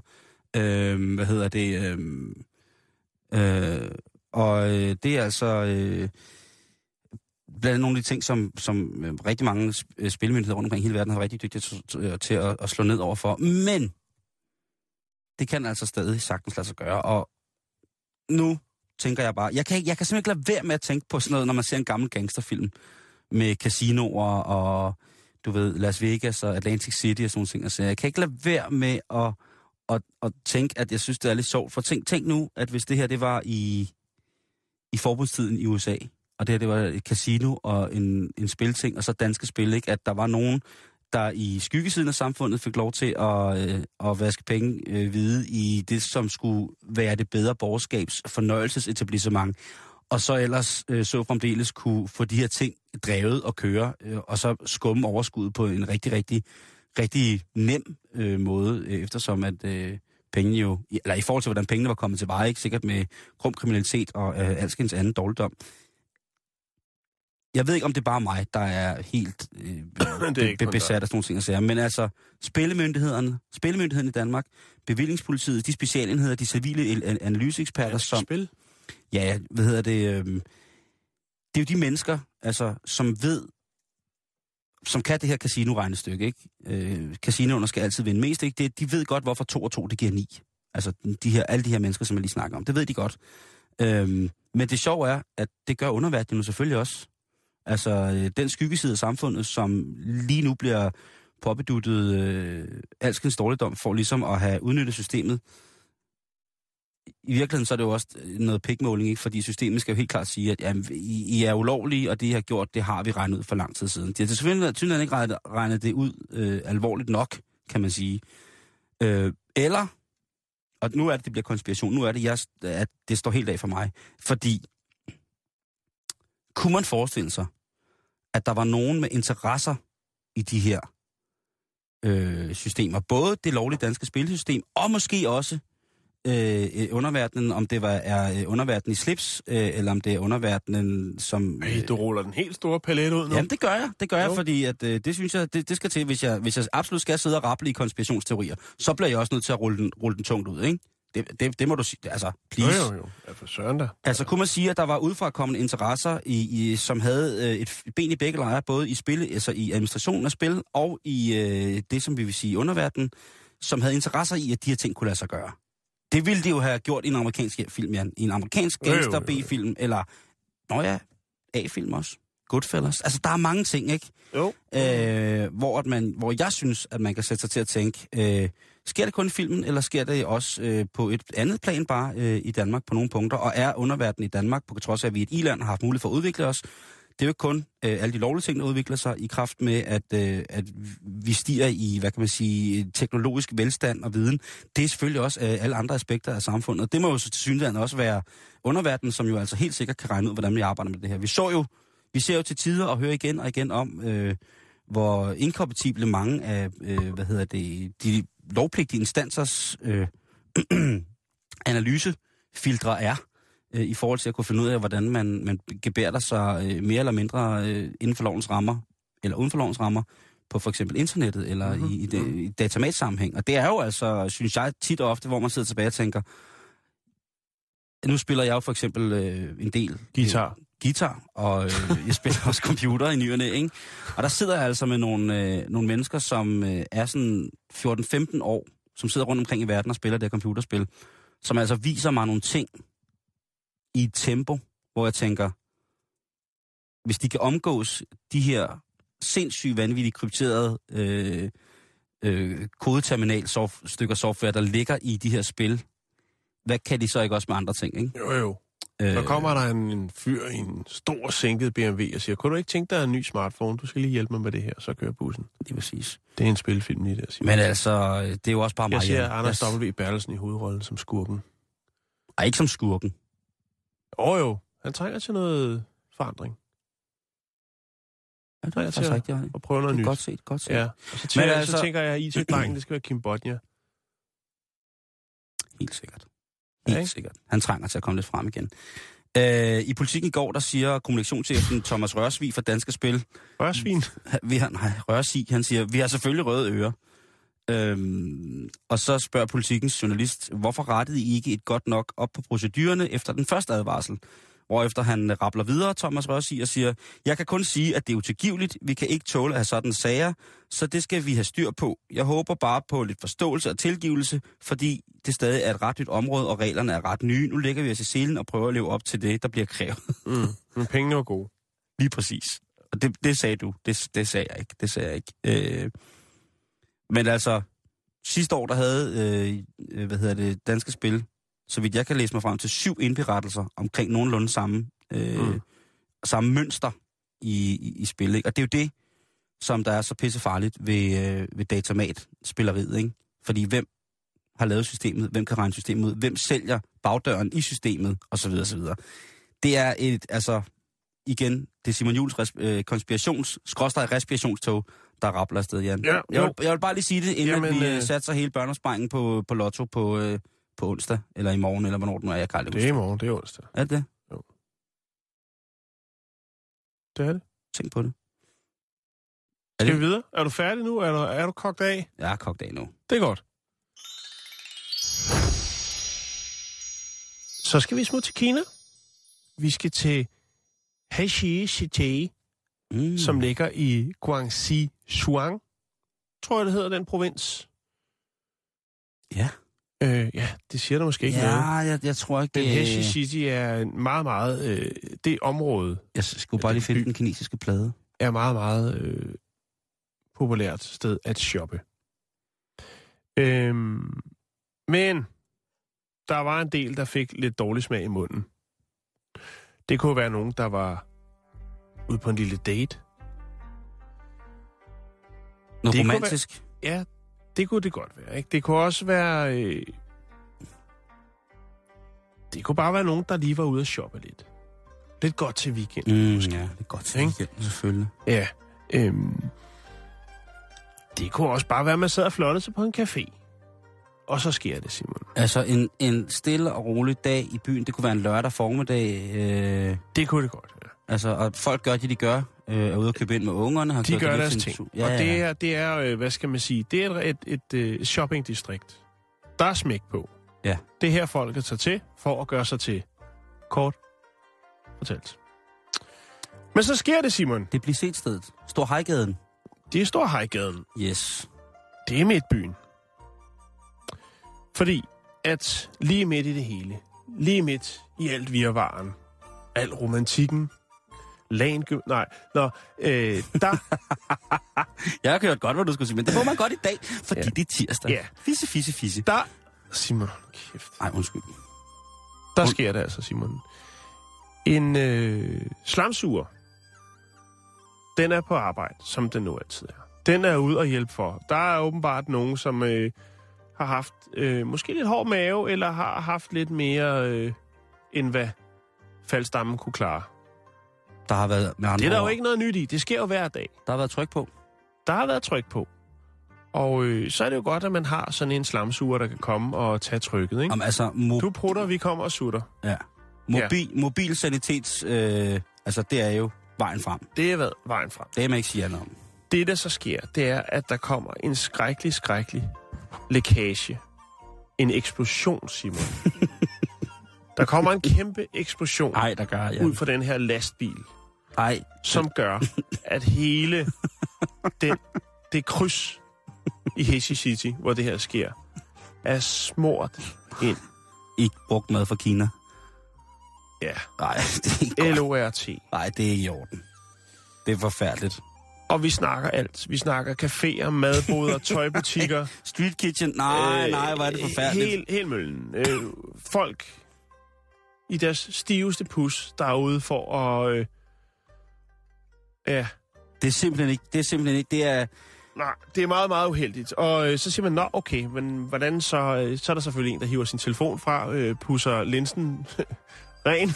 Det er altså blandt andet nogle af de ting, som rigtig mange spilmyndigheder rundt omkring hele verden har rigtig dygtige til at slå ned over for. Men det kan altså stadig sagtens lade sig gøre. Og nu tænker jeg bare, jeg kan simpelthen ikke lade være med at tænke på sådan noget, når man ser en gammel gangsterfilm med casinoer og, du ved, Las Vegas og Atlantic City og sådan nogle ting. Så jeg kan ikke lade være med at tænke, at jeg synes, det er lidt sjovt. For tænk nu, at hvis det her, det var i forbudstiden i USA, og det her, det var et casino og en spilting, og så danske spil, ikke? At der var nogen, der i skyggesiden af samfundet fik lov til at vaske penge hvide i det, som skulle være det bedre borgerskabs fornøjelsesetablissement, og så ellers så fremdeles kunne få de her ting drevet og køre, og så skumme overskuddet på en rigtig, rigtig, rigtig nem måde, eftersom at pengene jo, eller i forhold til, hvordan pengene var kommet til veje, ikke sikkert med grum kriminalitet og alskens anden dårligdom. Jeg ved ikke, om det er bare mig, der er helt besat af sådan nogle ting at sige. Men altså, spillemyndigheden i Danmark, bevillingspolitiet, de specialenheder, de civile analyseeksperter, som... Spil? Ja, det er jo de mennesker, altså, som kan det her casino-regnestykke, ikke? Casinoerne skal altid vinde mest, ikke? De ved godt, hvorfor 2 og 2, det giver 9. Altså, alle de her mennesker, som jeg lige snakker om, det ved de godt. Men det sjove er, at det gør underverdenen selvfølgelig også. Altså, den skyggeside af samfundet, som lige nu bliver påbeduttet alskens dårligdom for ligesom at have udnyttet systemet. I virkeligheden så er det jo også noget pikmåling, ikke? Fordi systemet skal jo helt klart sige, at jamen, I er ulovlige, og det I har gjort, det har vi regnet ud for lang tid siden. De har selvfølgelig ikke regnet det ud alvorligt nok, kan man sige. Eller, og nu er det bliver konspiration, nu er det, at det står helt af for mig. Fordi, kunne man forestille sig, at der var nogen med interesser i de her systemer? Både det lovlige danske spilsystem, og måske også underverdenen, om det er underverdenen i slips, eller om det er underverdenen som... Du ruller den helt store palet ud nu. Jamen, det gør jeg, fordi at, det synes jeg, det skal til, hvis jeg absolut skal sidde og rappe i konspirationsteorier, så bliver jeg også nødt til at rulle den tungt ud, ikke? Det må du sige, altså, please. Jo. Ja, for søren da. Altså, kunne man sige, at der var udefrakommende interesser, som havde et ben i begge lejre, både i spil, altså i administrationen af spil, og i det, som vi vil sige underverdenen, som havde interesser i, at de her ting kunne lade sig gøre. Det ville de jo have gjort i en amerikansk film, Jan. I en amerikansk gangster B-film, eller, A-film også. Goodfellas. Altså, der er mange ting, ikke? Jo. Hvor jeg synes, at man kan sætte sig til at tænke, sker det kun i filmen, eller sker det også på et andet plan bare i Danmark på nogle punkter? Og er underverdenen i Danmark, på trods af, at vi i et i-land har haft mulighed for at udvikle os, det er jo ikke kun alle de lovlige ting, der udvikler sig i kraft med, at vi stiger i, hvad kan man sige, teknologisk velstand og viden. Det er selvfølgelig også alle andre aspekter af samfundet. Det må jo til synligheden også være underverdenen, som jo altså helt sikkert kan regne ud, hvordan vi arbejder med det her. Vi ser jo til tider og hører igen og igen om, hvor inkompatible mange af, de lovpligtige instansers analysefiltre er, i forhold til at kunne finde ud af, hvordan man gebærder sig mere eller mindre inden for lovens rammer, eller uden for lovens rammer, på for eksempel internettet, eller i datamatsammenhæng. Og det er jo altså, synes jeg, tit og ofte, hvor man sidder tilbage og tænker, nu spiller jeg jo for eksempel en del guitar, og jeg spiller også computer i ny og næ, ikke? Og der sidder jeg altså med nogle mennesker, som er sådan 14-15 år, som sidder rundt omkring i verden og spiller det her computerspil, som altså viser mig nogle ting i et tempo, hvor jeg tænker, hvis de kan omgås de her sindssygt vanvittigt krypterede kodeterminal stykker software, der ligger i de her spil, hvad kan de så ikke også med andre ting, ikke? Jo. Så kommer der en fyr i en stor sænket BMW og siger, kunne du ikke tænke dig en ny smartphone? Du skal lige hjælpe mig med det her, så kører bussen. Det er præcis. Det er en spilfilm lige der, Simon. Men altså, det er jo også bare mig. Jeg ser Anders W. Bertelsen i hovedrollen som skurken. Ej, ikke som skurken. Jo, han trænger til noget forandring. Ja, det er faktisk rigtigt. Og prøve noget nyt. Godt set. Ja, og så tænker jeg, at IT-drengen, det skal være Kim Bodnia. Helt sikkert. Han trænger til at komme lidt frem igen. I Politikken i går, der siger kommunikationschefen Thomas Rørsvig fra Danske Spil. Rørsvin? Rørsvig, han siger, vi har selvfølgelig røde ører. Og så spørger Politikens journalist, hvorfor rettede I ikke et godt nok op på procedurerne efter den første advarsel? Hvorefter han rappler videre, Thomas Rørsvig, og siger, jeg kan kun sige, at det er utilgiveligt. Vi kan ikke tåle at have sådan sager, så det skal vi have styr på. Jeg håber bare på lidt forståelse og tilgivelse, fordi det stadig er et ret nyt område, og reglerne er ret nye. Nu lægger vi os i selen og prøver at leve op til det, der bliver krævet. Men pengene var gode. Lige præcis. Og det sagde du. Det sagde jeg ikke. Men altså, sidste år, der havde Danske Spil, så vidt jeg kan læse mig frem til 7 indberettelser omkring nogenlunde samme mønster i spil. Ikke? Og det er jo det, som der er så pissefarligt ved datamat-spilleriet. Ikke? Fordi hvem har lavet systemet, hvem kan regne systemet ud, hvem sælger bagdøren i systemet, osv. osv. Det er igen, det er Simon Juhls respirationstog, der rappler afsted, Jan. Ja, jeg vil bare lige sige det, inden vi satser hele børneopsparingen på Lotto på onsdag, eller i morgen, eller hvornår den er, jeg kan aldrig huske. Det er i morgen, det er onsdag. Er det? Jo. Det er det. Tænk på det. Skal vi videre? Er du færdig nu? Er du kogt af? Jeg er kogt af nu. Det er godt. Så skal vi smutte til Kina. Vi skal til Hechi City, som ligger i Guangxi Zhuang, tror jeg, det hedder, den provins. Ja. Ja, det siger der måske ikke noget. Ja, jeg tror ikke, det... Den Hechi City er meget, meget... det område... Jeg skulle bare lige finde den kinesiske plade. Er meget, meget populært sted at shoppe. Men der var en del, der fik lidt dårlig smag i munden. Det kunne være nogen, der var ude på en lille date. Noget romantisk? Ja, det kunne det godt være. Ikke? Det kunne også være... det kunne bare være nogen, der lige var ude at shoppe lidt. Lidt godt til weekenden, måske. Ja, det er godt til weekenden, selvfølgelig. Ja. Det kunne også bare være, at man sad og flottede sig på en café. Og så sker det, Simon. Altså en stille og rolig dag i byen, det kunne være en lørdag formiddag. Det kunne det godt, ja. Altså, og folk gør det, de gør. Er ude og købe ind med ungerne. De gør deres ting. Ja, og det er, hvad skal man sige, det er et shoppingdistrikt. Der er smæk på. Ja. Det her folket tager til, for at gøre sig til. Kort fortalt. Men så sker det, Simon. Det bliver set stedet. Storhejgaden. Det er Storhejgaden. Yes. Det er midtbyen. Fordi at lige midt i det hele, lige midt i alt virvaren, al romantikken, der... Jeg har hørt godt, hvad du skulle sige, men det får man godt i dag, fordi det er tirsdag. Ja. Fisse. Der... Simon, kæft. Ej, undskyld. Der sker det altså, Simon. En slamsuger, den er på arbejde, som den nu altid er. Den er ude og hjælpe for. Der er åbenbart nogen, som har haft måske lidt hård mave, eller har haft lidt mere, end hvad faldstammen kunne klare. Der har været med andre det er der jo ikke noget nyt i. Det sker jo hver dag. Der har været tryk på. Der har været tryk på. Og så er det jo godt, at man har sådan en slamsuger, der kan komme og tage trykket, ikke? Jamen, altså, du prutter, vi kommer og sutter. Ja. Mobil sanitets... altså, det er jo vejen frem. Det er vejen frem. Det er man ikke siger noget om. Det, der så sker, det er, at der kommer en skrækkelig lækage. En eksplosion, Simon. Der kommer en kæmpe eksplosion ud fra den her lastbil. Som gør, at hele det kryds i Hechi City, hvor det her sker, er smurt ind. Ikke brugt mad fra Kina. Ja. Nej, det er ikke godt. LORT. Nej, det er i orden. Det er forfærdeligt. Og vi snakker alt. Vi snakker caféer, madboder, tøjbutikker. Street kitchen. Nej, hvor er det forfærdeligt. Helt møllen. Folk i deres stiveste pus derude for at... Det er simpelthen ikke, det er... Nej, det er meget, meget uheldigt. Og så siger man, okay, men hvordan så er der selvfølgelig en, der hiver sin telefon fra, pusser linsen ren,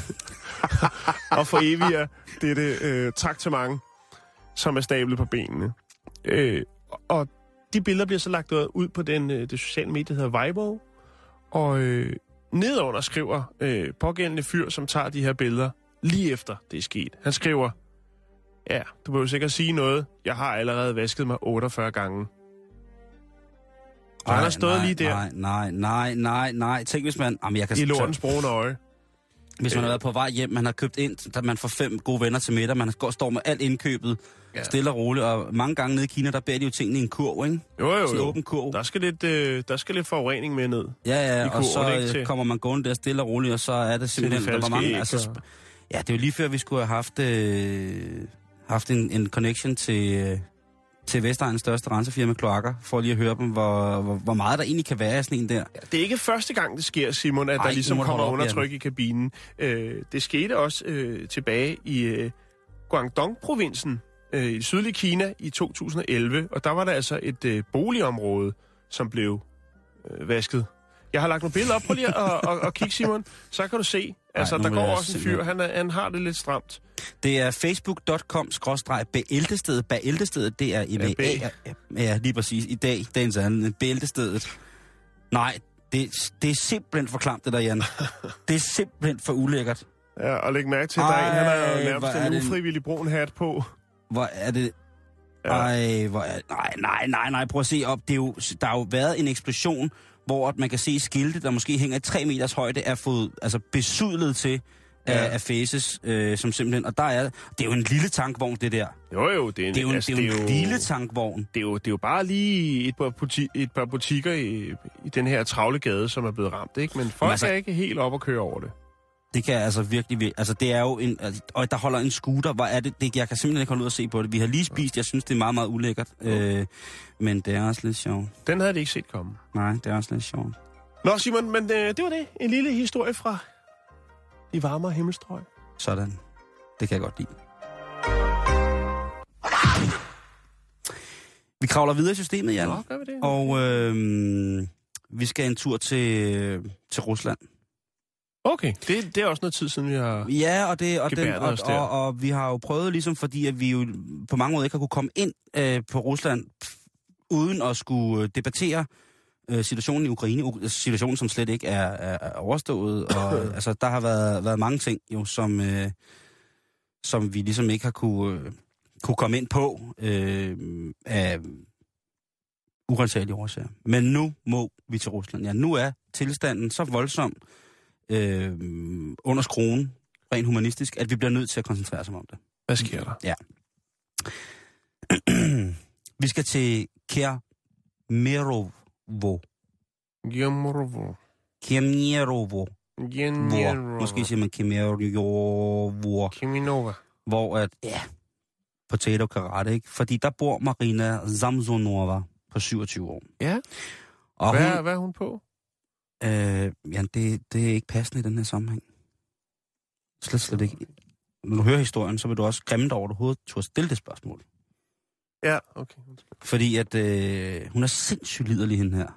og foreviger dette traktement, som er stablet på benene. Og de billeder bliver så lagt ud på det sociale medie, der hedder Weibo, og nedenunder skriver pågældende fyr, som tager de her billeder, lige efter det er sket. Han skriver, ja, du må jo sikkert sige noget. Jeg har allerede vasket mig 48 gange. Og han har stået lige der. Nej. Tænk, hvis man... Jamen, jeg kan i lortens brune øje. Hvis man har været på vej hjem, man har købt ind, man får 5 gode venner til middag, man står med alt indkøbet, stille og roligt, og mange gange nede i Kina, der bærer de jo tingene i en kurv, ikke? Jo. En åben kurv. Der skal lidt forurening med ned. Ja, og så kommer man gående der stille og roligt, og så er det simpelthen... Der var mange, ja, det er jo lige før, vi skulle have haft en connection til Vestegnens største rensefirma, Kloakker, for lige at høre dem, hvor meget der egentlig kan være af sådan en der. Ja, det er ikke første gang, det sker, Simon, at der ligesom kommer undertryk i kabinen. Det skete også tilbage i Guangdong-provinsen i det sydlige Kina i 2011, og der var der altså et boligområde, som blev vasket. Jeg har lagt nogle billeder op, prøv lige at kigge, Simon, så kan du se. Altså, der går også en fyr, han har det lidt stramt. Det er facebook.com/bæltestedet. Bæltestedet, det er i dag. Ja, lige præcis. I dag, dagens anden. Bæltestedet. Nej, det er simpelthen for klamt, det der, Jan. Det er simpelthen for ulækkert. Ja, og læg mærke til, at han har jo nærmest en ufrivillig brun hat på. Hvor er det... Ja. Nej, prøv at se op. Der har jo været en eksplosion, hvor man kan se skilte, der måske hænger i 3 meters højde, er fået besudlet til af faces, som simpelthen... Og det er jo en lille tankvogn, det der. Jo, det er en lille tankvogn. Det er jo bare lige et par butikker i den her travle gade, som er blevet ramt, ikke? Men folk er ikke helt op at køre over det. Det kan altså virkelig... Altså, det er jo en... Og der holder en scooter. Hvor er det? Jeg kan simpelthen ikke holde ud at se på det. Vi har lige spist. Jeg synes, det er meget, meget ulækkert. Men det er også lidt sjovt. Den havde de ikke set komme. Nej, det er også lidt sjovt. Nå, Simon, men det var det. En lille historie fra de varmere himmelstrøg. Sådan. Det kan jeg godt lide. Vi kravler videre i systemet, Jan. Nå, gør vi det. Og vi skal en tur til Rusland. Okay, det er også noget tid siden, vi har... Ja, og vi har jo prøvet, ligesom fordi at vi jo på mange måder ikke har kunne komme ind på Rusland, uden at skulle debattere situationen i Ukraine. Situationen, som slet ikke er overstået. Og altså, der har været mange ting, jo, som vi ligesom ikke har kunne komme ind på af urensagelige årsager. Men nu må vi til Rusland. Ja, nu er tilstanden så voldsom under skruen, rent humanistisk, at vi bliver nødt til at koncentrere os om det. Hvad sker der? Ja. Vi skal til Kemerovo. Måske siger man Kemerovo. Hvor at, potato karate, ikke? Fordi der bor Marina Zamzonova på 27 år. Ja. Og hvad er hun på? Det er ikke passende i den her sammenhæng. Slet ikke. Når du hører historien, så vil du også grimme dig over, at du overhovedet turde stille det spørgsmål. Ja, okay. Fordi at hun er sindssygt liderlig, hende her.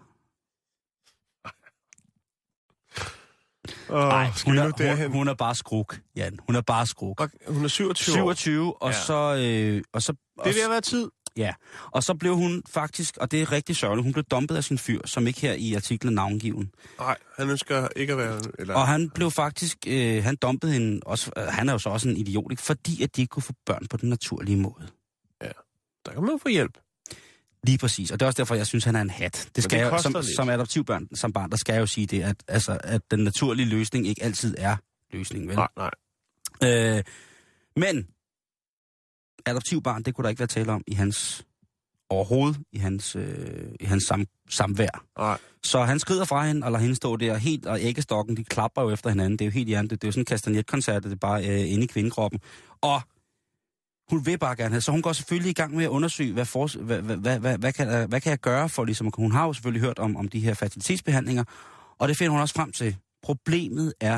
Nej, hun er bare skruk, Jan. Hun er bare skruk. Og hun er 27 år. 27, og så... det vil have været tid. Ja, og så blev hun faktisk, og det er rigtig sørgeligt, hun blev dumpet af sin fyr, som ikke her i artiklen navngiven. Nej, han ønsker ikke at være... Eller... Og han blev faktisk, han dumpede hende, også, han er jo så også en idiot, ikke? Fordi at de ikke kunne få børn på den naturlige måde. Ja, der kan man jo få hjælp. Lige præcis, og det er også derfor, jeg synes, han er en hat. Det skal jo, som adoptivbørn, som barn, der skal jeg jo sige det, at den naturlige løsning ikke altid er løsningen, vel? Nej. Men adoptivbarn, det kunne der ikke være tale om i hans samvær. Nej. Så han skrider fra hende, og lader hende stå der helt, og æggestokken, de klapper jo efter hinanden. Det er jo helt hjernet. Det er jo sådan en kastanjetkoncert, det er bare inde i kvindekroppen. Og hun vil bare gerne have, så hun går selvfølgelig i gang med at undersøge, hvad kan jeg gøre for, ligesom, hun har jo selvfølgelig hørt om de her fertilitetsbehandlinger, og det finder hun også frem til. Problemet er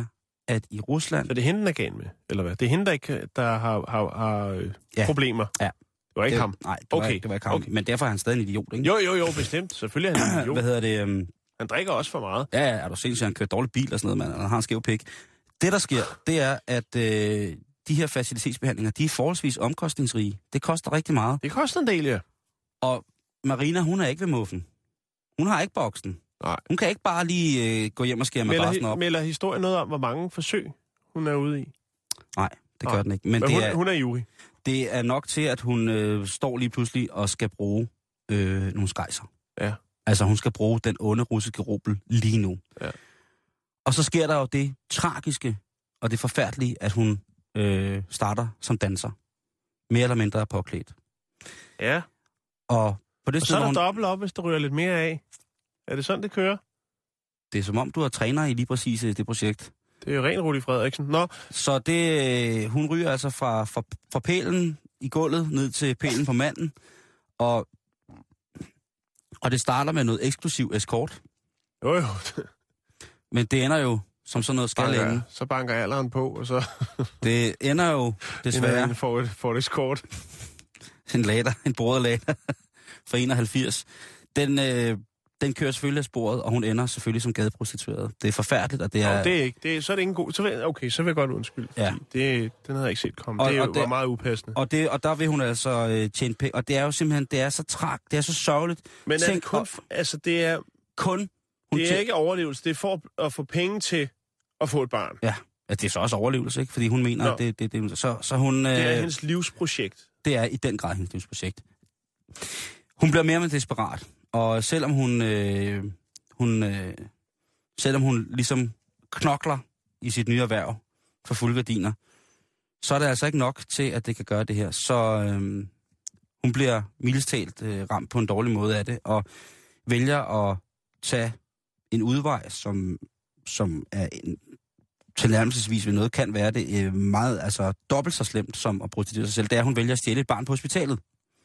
at i Rusland... Så det er hende, der er galt med, eller hvad? Det er hende, der ikke der har problemer? Ja. Det var ikke ham? Nej, det var ikke ham. Okay. Men derfor er han stadig en idiot, ikke? Jo, bestemt. Selvfølgelig er han en idiot. Hvad hedder det? Han drikker også for meget. Ja, er du sindssygt, han kører dårlig bil og sådan noget, mand. Han har en skæv pik. Det, der sker, det er, at de her facilitetsbehandlinger, de er forholdsvis omkostningsrige. Det koster rigtig meget. Det koster en del, ja. Og Marina, hun er ikke ved muffen. Hun har ikke boksen. Nej. Hun kan ikke bare lige gå hjem og skære madrassen op. Melder historien noget om, hvor mange forsøg hun er ude i? Nej, det gør den ikke. Men hun er jury. Det er nok til, at hun står lige pludselig og skal bruge nogle skejser. Ja. Altså, hun skal bruge den onde russiske rubel lige nu. Ja. Og så sker der jo det tragiske og det forfærdelige, at hun starter som danser. Mere eller mindre påklædt. Ja. Og på det og så er der dobbelt op, hvis der ryger lidt mere af. Er det sådan, det kører? Det er som om, du er træner i lige præcis det projekt. Det er jo ren Rudi Frederiksen. Nå. Så det, hun ryger altså fra pælen i gulvet ned til pælen på manden. Og det starter med noget eksklusiv eskort. Jo. Men det ender jo som sådan noget skal ende. Så banker alderen på, og så... Det ender jo desværre... får et eskort. En bordet lader fra 81. Den kører selvfølgelig af sporet, og hun ender selvfølgelig som gadeprostitueret. Det er forfærdeligt, og det er... Det er ikke. Så er det ikke en god... Så vil jeg godt undskylde. Ja. Den havde jeg ikke set komme. Det var meget upassende. Og der vil hun altså tjene penge. Og det er jo simpelthen... Det er så det er så sørgeligt. Men er det kun... Altså, det er... Kun... Det er ikke overlevelse. Det er for at få penge til at få et barn. Ja, det er så også overlevelse, ikke? Fordi hun mener, at det så hun... Det er hendes livsprojekt. Det er i den grad hendes livsprojekt. Hun bliver mere med desperat. Og selvom hun ligesom knokler i sit nye erhverv for fulde gardiner, så er det altså ikke nok til, at det kan gøre det her. Så hun bliver mildest talt ramt på en dårlig måde af det, og vælger at tage en udvej, som er tilnærmelsesvis ved noget kan være det meget, altså dobbelt så slemt som at prostituere sig selv. Det er, at hun vælger at stjæle et barn på hospitalet.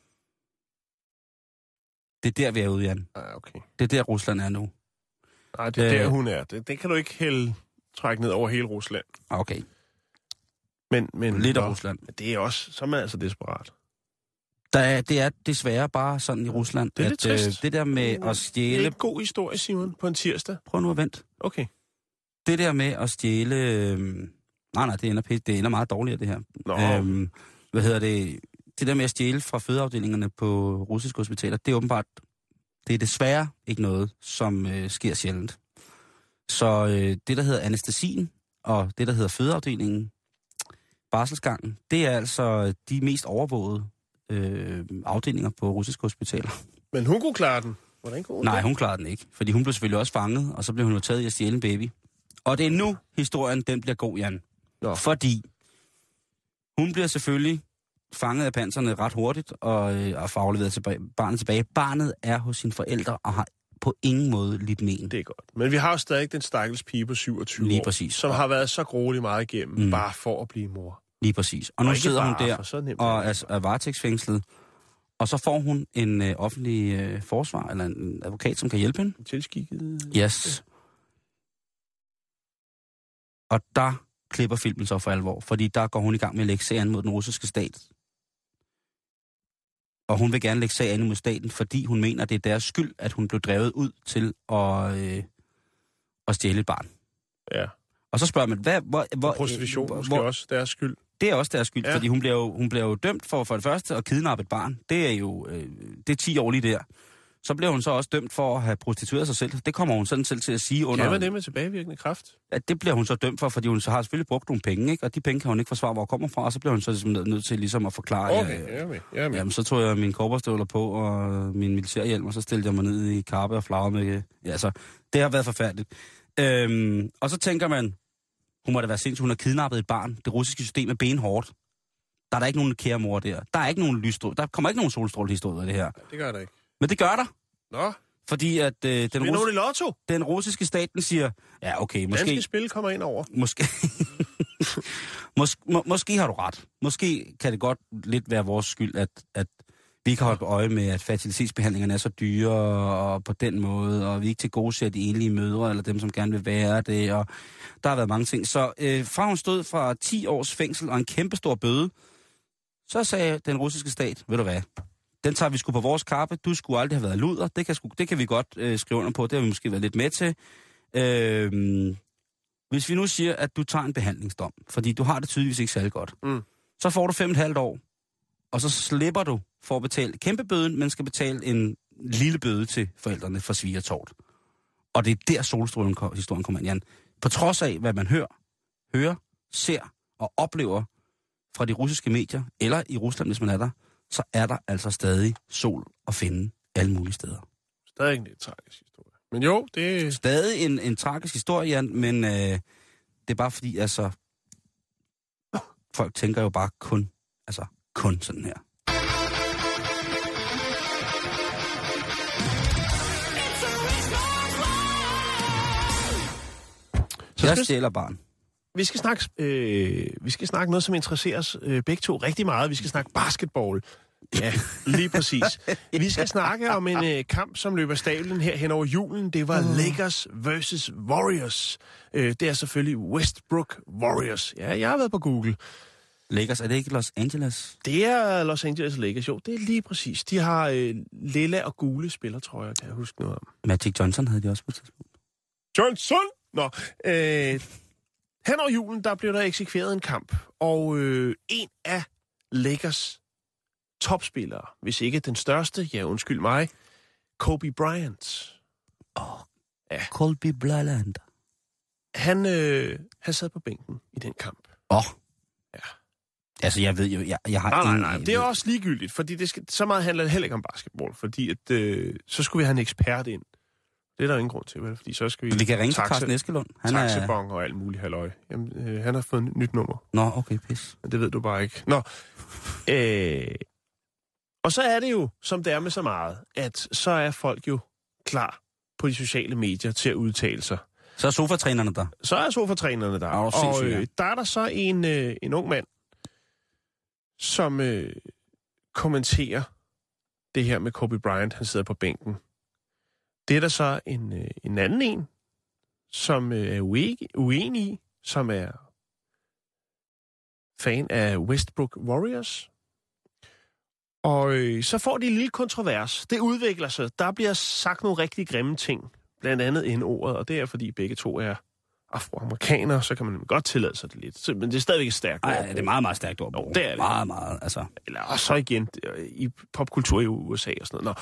Det er der, vi er ude, Jan. Okay. Det er der, Rusland er nu. Nej, det er der, hun er. Det kan du ikke trække ned over hele Rusland. Okay. Men lidt af Rusland. Det er også, så er man altså desperat. Det er desværre bare sådan i Rusland, det er lidt at det der med at stjæle... Det er en god historie, Simon, på en tirsdag. Prøv nu at vente. Okay. Det der med at stjæle... Nej, det ender meget dårligt, det her. Hvad hedder det? Det der med at stjæle fra fødeafdelingerne på russiske hospitaler, det er åbenbart... Det er desværre ikke noget, som sker sjældent. Så det, der hedder anæstesien, og det, der hedder fødeafdelingen, barselsgangen, det er altså de mest overvågede afdelinger på russiske hospitaler. Men hun kunne klare den. Hvordan kunne hun Nej, hun klarede den ikke, fordi hun blev selvfølgelig også fanget, og så blev hun jo taget i at stjæle en baby. Og det er nu, historien den bliver god, Jan. Nå. Fordi hun bliver selvfølgelig fanget af panserne ret hurtigt, og får afleveret barnet tilbage. Barnet er hos sine forældre, og har på ingen måde lidt men. Det er godt. Men vi har jo stadig den stakkels pige på 27 Lige år, præcis. som har været så grueligt meget igennem, bare for at blive mor. Lige præcis. Og nu sidder hun der og er varetægtsfængslet, og så får hun en offentlig forsvar, eller en advokat, som kan hjælpe hende. Tilskikket. Yes. Og der klipper filmen så for alvor, fordi der går hun i gang med at lægge sag an mod den russiske stat. Og hun vil gerne lægge sag an mod staten, fordi hun mener, det er deres skyld, at hun blev drevet ud til at stjæle et barn. Ja. Og så spørger man, hvor prostitution måske også deres skyld. Det er også deres skyld, ja. Fordi hun bliver jo dømt for det første at kidnappe et barn. Det er jo det er 10 år lige der. Så bliver hun så også dømt for at have prostitueret sig selv. Det kommer hun sådan selv til at sige under... Kan man det med tilbagevirkende kraft? Ja, det bliver hun så dømt for, fordi hun så har selvfølgelig brugt nogle penge, ikke? Og de penge kan hun ikke forsvare, hvor kommer fra, og så bliver hun så ligesom nødt til ligesom at forklare... Okay, jeg er med. Jamen, så tog jeg mine kobberstøvler på og min militærhjelm, og så stillede jeg mig ned i karpe og flagre med... Ja, så det har været forfærdeligt. Og så tænker man, hun må da være sindssygt, hun har kidnappet et barn. Det russiske system er benhårdt. Der er der ikke nogen kære mor der. Der er ikke nogen lysstråle. Der kommer ikke nogen solstrålehistorie af det her. Ja, det gør der ikke. Men det gør der. Nå. Fordi at den russiske staten siger, ja okay, måske... Danske spil kommer ind over. Måske har du ret. Måske kan det godt lidt være vores skyld, at Vi kan holde på øje med, at fertilitetsbehandlingerne er så dyre og på den måde, og vi ikke til gode ser de enlige mødre, eller dem, som gerne vil være det, og der har været mange ting. Så fra hun stod fra 10 års fængsel og en kæmpestor bøde, så sagde den russiske stat, ved du hvad, den tager vi sgu på vores kappe, du skulle aldrig have været luder, det kan vi godt skrive under på, det har vi måske været lidt med til. Hvis vi nu siger, at du tager en behandlingsdom, fordi du har det tydeligvis ikke særlig godt, så får du 5,5 år, og så slipper du for at betale kæmpebøden, men skal betale en lille bøde til forældrene for svigertort. Og det er der solstrålen-historien kommer ind, Jan. På trods af, hvad man hører, ser og oplever fra de russiske medier, eller i Rusland, hvis man er der, så er der altså stadig sol at finde alle mulige steder. Stadig en lidt tragisk historie. Men jo, det er... Stadig en tragisk historie, Jan, men det er bare fordi, altså... Folk tænker jo bare kun sådan her. Jeg stjæler barn. Vi skal snakke noget, som interesserer os begge to rigtig meget. Vi skal snakke basketball. Ja, lige præcis. Vi skal snakke om en kamp, som løber stablen her hen over julen. Det var Lakers versus Warriors. Det er selvfølgelig Westbrook Warriors. Ja, jeg har været på Google. Lakers, er det ikke Los Angeles? Det er Los Angeles Lakers, jo. Det er lige præcis. De har lilla og gule spillertrøjer, kan jeg huske noget om. Magic Johnson havde de også på et tidspunkt. Johnson! Nå, hen over julen, der blev der eksekveret en kamp, og en af Lakers topspillere, hvis ikke den største, ja undskyld mig, Kobe Bryant. Ja. Kobe Bryant. Han sad på bænken i den kamp. Ja. Altså, jeg ved jo, jeg har Nej, det er også ligegyldigt, fordi så meget handler det heller ikke om basketball, fordi at, så skulle vi have en ekspert ind. Det er der ingen grund til, vel? Fordi så skal vi kan ringe til Carsten Eskelund. Taxabong og alt muligt halløj. Jamen, han har fået et nyt nummer. Nå, okay, pis. Men det ved du bare ikke. Nå. Og så er det jo, som det er med så meget, at så er folk jo klar på de sociale medier til at udtale sig. Så er sofatrænerne der. Og der er der så en ung mand, som kommenterer det her med Kobe Bryant, han sidder på bænken. Det er der så en anden en, som er uenig i, som er fan af Westbrook Warriors. Og så får de en lille kontrovers. Det udvikler sig. Der bliver sagt nogle rigtig grimme ting, blandt andet N-ordet, og det er fordi begge to er afroamerikanere, så kan man godt tillade sig det lidt. Men det er stadigvæk et stærkt ord. Nej, det er meget, meget stærkt ord. Det er det. Meget, meget, altså. Eller og så igen, i popkultur i USA og sådan noget.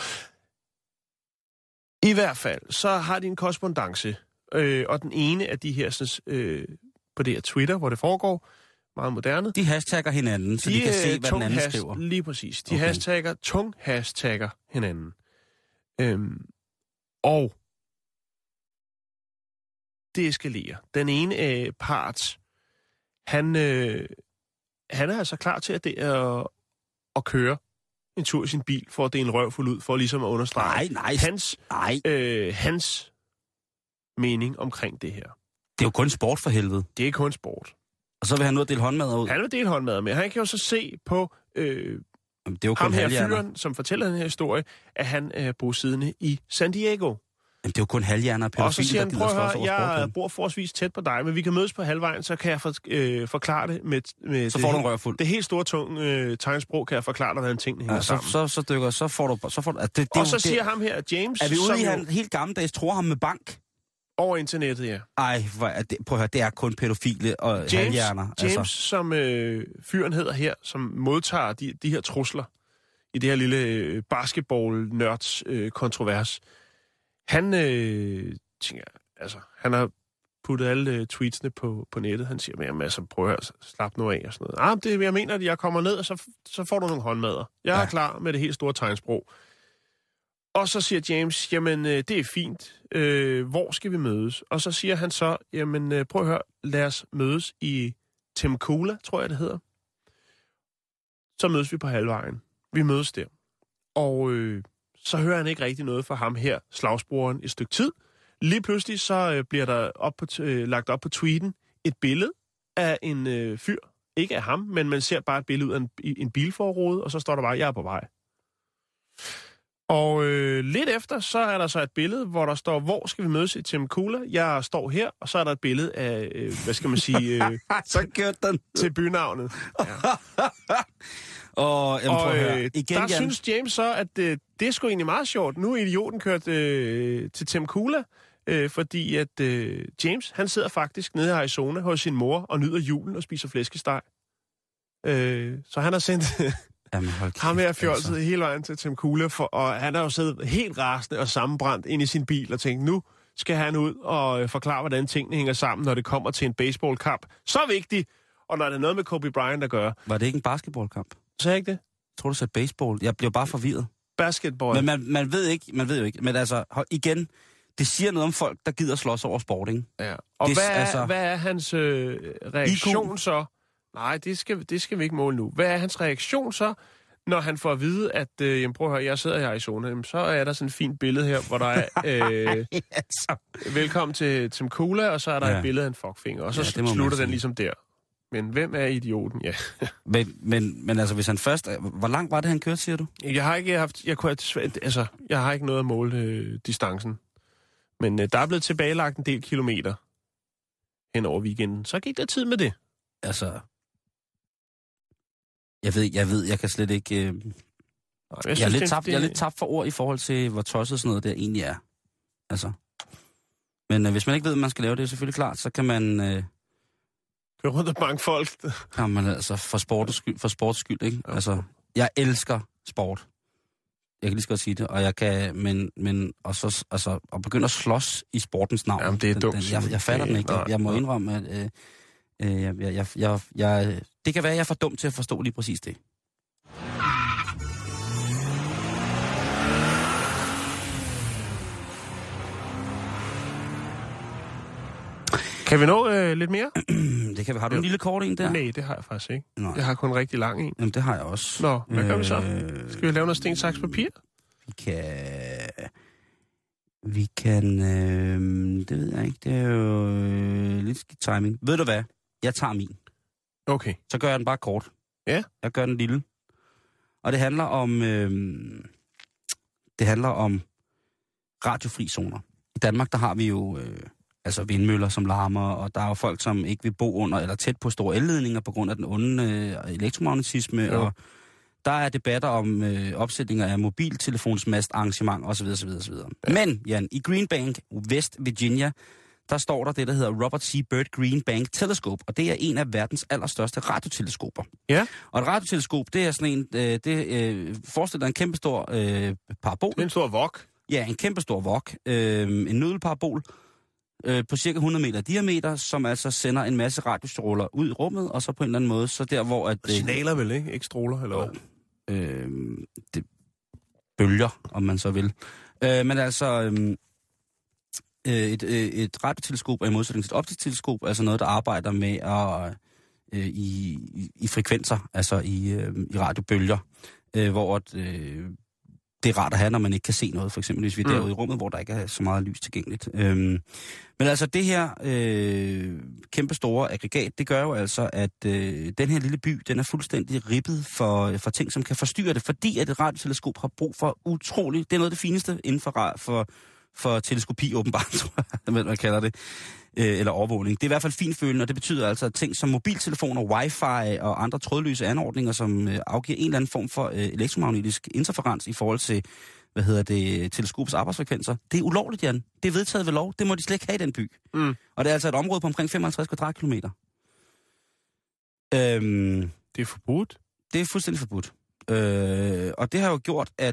I hvert fald, så har de en korrespondance, og den ene af de her, på det her Twitter, hvor det foregår, meget moderne. De hashtagger hinanden, så de kan se, hvad den anden skriver. Lige præcis. De hashtagger hinanden. Og det eskalerer. Den ene part, han er altså klar til at køre en tur i sin bil, for at dele en røvfuld ud, for ligesom at understrege hans mening omkring det her. Det er jo kun sport for helvede. Det er kun sport. Og så vil han nu dele håndmadder ud? Han vil dele håndmadder med. Han kan jo så se på det er jo ham her fyren, som fortæller den her historie, at han er bosiddende i San Diego. Jamen, det er jo kun halvhjerner og pædofile, og så siger han, prøv at høre, jeg bor forholdsvis tæt på dig, men vi kan mødes på halvvejen, så kan jeg forklare det med så får du en rørfuld. Det helt store tunge tegnsprog, kan jeg forklare dig, hvordan tingene hænger sammen. Så får du... Og så siger ham her, James... Er vi ude i han helt gammeldags tror ham med bank? Over internettet, ja. Ej, prøv at høre, det er kun pædofile og halvhjerner. James, som fyren hedder her, som modtager de her trusler i det her lille basketball-nørds kontrovers. Han tænker, altså, han har puttet alle tweetsene på nettet. Han siger, jamen altså, prøv at slap nu af og sådan noget. Jeg mener, at jeg kommer ned, og så får du nogle håndmadder. Jeg er klar med det helt store tegnsprog. Og så siger James, jamen det er fint. Hvor skal vi mødes? Og så siger han så, jamen prøv at høre, lad os mødes i Temecula, tror jeg det hedder. Så mødes vi på halvvejen. Vi mødes der. Og så hører han ikke rigtig noget fra ham her, slagsbroren, et stykke tid. Lige pludselig så bliver der lagt op på tweeten et billede af en fyr. Ikke af ham, men man ser bare et billede ud af en bilforrude, og så står der bare, jeg er på vej. Og lidt efter, så er der så et billede, hvor der står, hvor skal vi mødes i Temecula? Jeg står her, og så er der et billede af, hvad skal man sige, så kørte den til bynavnet. Ja. Og der synes James så, at det er sgu egentlig meget sjovt. Nu er idioten kørt til Temecula, fordi at James, han sidder faktisk nede i Arizona hos sin mor og nyder julen og spiser flæskesteg. Så han har sendt ham her fjolset hele vejen til Temecula, og han har jo siddet helt rasende og sammenbrændt ind i sin bil og tænkt, nu skal han ud og forklare, hvordan tingene hænger sammen, når det kommer til en baseballkamp. Så vigtigt! Og når det er noget med Kobe Bryant at gøre. Var det ikke en basketballkamp? Så ikke det? Jeg tror, du sagde baseball. Jeg blev bare forvirret. Basketball. Men man ved jo ikke. Men altså, igen, det siger noget om folk, der gider slås over sport, ikke? Ja. Og hvad er hans reaktion IQ? Så? Nej, det skal vi ikke måle nu. Hvad er hans reaktion så, når han får at vide, at prøv at høre, jeg sidder i Arizona, så er der sådan et fint billede her, hvor der er velkommen til Temecula, og så er der et billede af en fuckfinger, og så slutter den ligesom der. Men hvem er idioten? Ja. men altså, hvis han først... Hvor langt var det, han kørte, siger du? Jeg har ikke haft... Jeg har ikke noget at måle distancen. Men der er blevet tilbagelagt en del kilometer hen over weekenden. Så gik der tid med det. Altså... Jeg kan slet ikke... Jeg er lidt tabt for ord i forhold til, hvor tosset sådan noget der egentlig er. Altså... Men hvis man ikke ved, hvad man skal lave, det er selvfølgelig klart, så kan man... Køre rundt og banke folk. Jamen altså, for sports skyld, ikke? Ja. Altså, jeg elsker sport. Jeg kan lige så godt sige det, og jeg kan, men og så, altså, at begynde at slås i sportens navn. Jamen, det er dumt. Jeg fatter den ikke. Jeg må indrømme, at det kan være, at jeg er for dum til at forstå lige præcis det. Kan vi nå lidt mere? Det kan vi. Har du en lille kort en der? Nej, det har jeg faktisk ikke. Nej. Jeg har kun en rigtig lang en. Jamen, det har jeg også. Nå, hvad gør vi så? Skal vi lave noget sten, saks, papir? Vi kan... det ved jeg ikke. Det er jo lidt skidt timing. Ved du hvad? Jeg tager min. Okay. Så gør jeg den bare kort. Ja. Jeg gør den lille. Og det handler om... radiofri zoner. I Danmark, der har vi jo... altså vindmøller, som larmer, og der er jo folk, som ikke vil bo under eller tæt på store elledninger på grund af den onde elektromagnetisme, ja. Og der er debatter om opsætninger af mobiltelefonsmast, arrangement osv. osv. Ja. Men, Jan, i Green Bank, West Virginia, der står der det, der hedder Robert C. Byrd Green Bank Telescope, og det er en af verdens allerstørste radioteleskoper. Ja. Og et radioteleskop, det er sådan en, forestiller en kæmpestor parabol. En stor vok. Ja, en kæmpestor vok. En nødelparabol. På cirka 100 meter diameter, som altså sender en masse radiostråler ud i rummet, og så på en eller anden måde, så der hvor... Signaler vel, ikke? Ikke stråler, eller hvad? Det bølger, om man så vil. Men altså, et radioteleskop er i modsætning til et optisk teleskop, altså noget, der arbejder med at i frekvenser, altså i radiobølger, hvor det er rart at have, når man ikke kan se noget, for eksempel hvis vi er derude i rummet, hvor der ikke er så meget lys tilgængeligt. Men altså det her kæmpe store aggregat, det gør jo altså, at den her lille by, den er fuldstændig ribbet for ting, som kan forstyrre det, fordi at et radioteleskop har brug for utroligt, det er noget af det fineste inden for teleskopi åbenbart, tror jeg, man kalder det, eller overvågning. Det er i hvert fald finfølende, og det betyder altså, at ting som mobiltelefoner, wifi og andre trådløse anordninger, som afgiver en eller anden form for elektromagnetisk interferens i forhold til, teleskopets arbejdsfrekvenser. Det er ulovligt, Jan. Det er vedtaget ved lov. Det må de slet ikke have i den by. Mm. Og det er altså et område på omkring 55 kvadratkilometer. Det er forbudt? Det er fuldstændig forbudt. Og det har jo gjort, at...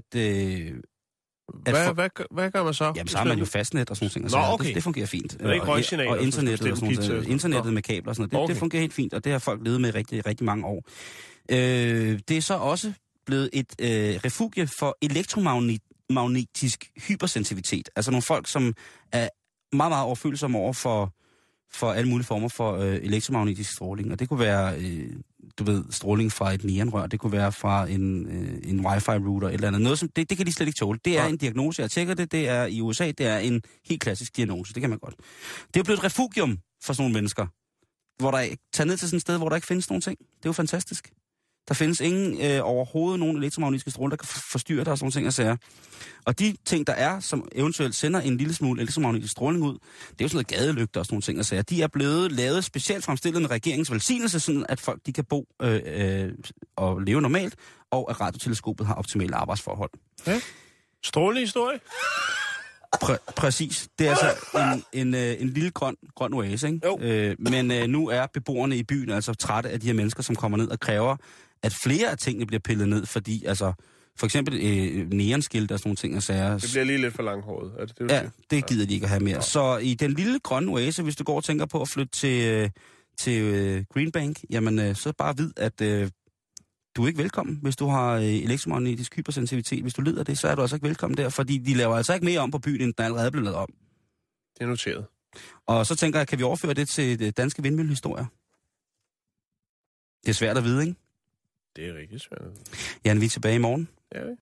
Hvad gør man så? Jamen, så har man jo fastnet og sådan noget. Nå, okay. Det fungerer fint. Det er ikke røgsignaler. Og internettet og sådan noget. Internettet med kabler og sådan noget. Det fungerer helt fint, og det har folk levet med rigtig, rigtig mange år. Det er så også blevet et refugie for elektromagnetisk hypersensitivitet. Altså nogle folk, som er meget, meget overfølsomme over for alle mulige former for elektromagnetisk stråling. Og det kunne være... stråling fra et neonrør, det kunne være fra en wifi-router eller andet. Noget, som, det kan de slet ikke tåle. Det er en diagnose, jeg tjekker det, det er i USA, det er en helt klassisk diagnose, det kan man godt. Det er blevet et refugium for sådan nogle mennesker, hvor der tager ned til sådan et sted, hvor der ikke findes nogen ting. Det er jo fantastisk. Der findes ingen overhovedet nogen elektromagnetiske stråler, der kan forstyrre dig og sådan nogle ting og sager. Og de ting, der er, som eventuelt sender en lille smule elektromagnetisk stråling ud, det er jo sådan noget gadelygter og sådan nogle ting og sager. De er blevet lavet specielt fremstillet med regeringens velsignelse, sådan at folk de kan bo og leve normalt, og at radioteleskopet har optimale arbejdsforhold. Ja. Strålende historie. Præcis. Det er altså en lille grøn oase, ikke? Men nu er beboerne i byen altså trætte af de her mennesker, som kommer ned og kræver, at flere af tingene bliver pillet ned, fordi altså for eksempel neonskilte og sådan nogle ting og sager. Det bliver lige lidt for langhåret. Er det, ja, det gider de ikke at have mere. Ja. Så i den lille grønne oase, hvis du går og tænker på at flytte til Green Bank, jamen så bare vid, at du er ikke velkommen, hvis du har elektromagnetisk hypersensitivitet. Hvis du lider af det, så er du altså ikke velkommen der, fordi de laver altså ikke mere om på byen, end den allerede er blevet lavet om. Det er noteret. Og så tænker jeg, kan vi overføre det til danske vindmøllehistorier? Det er svært at vide, ikke? Det er rigtig svært at vide. Jan, vi er tilbage i morgen. Ja,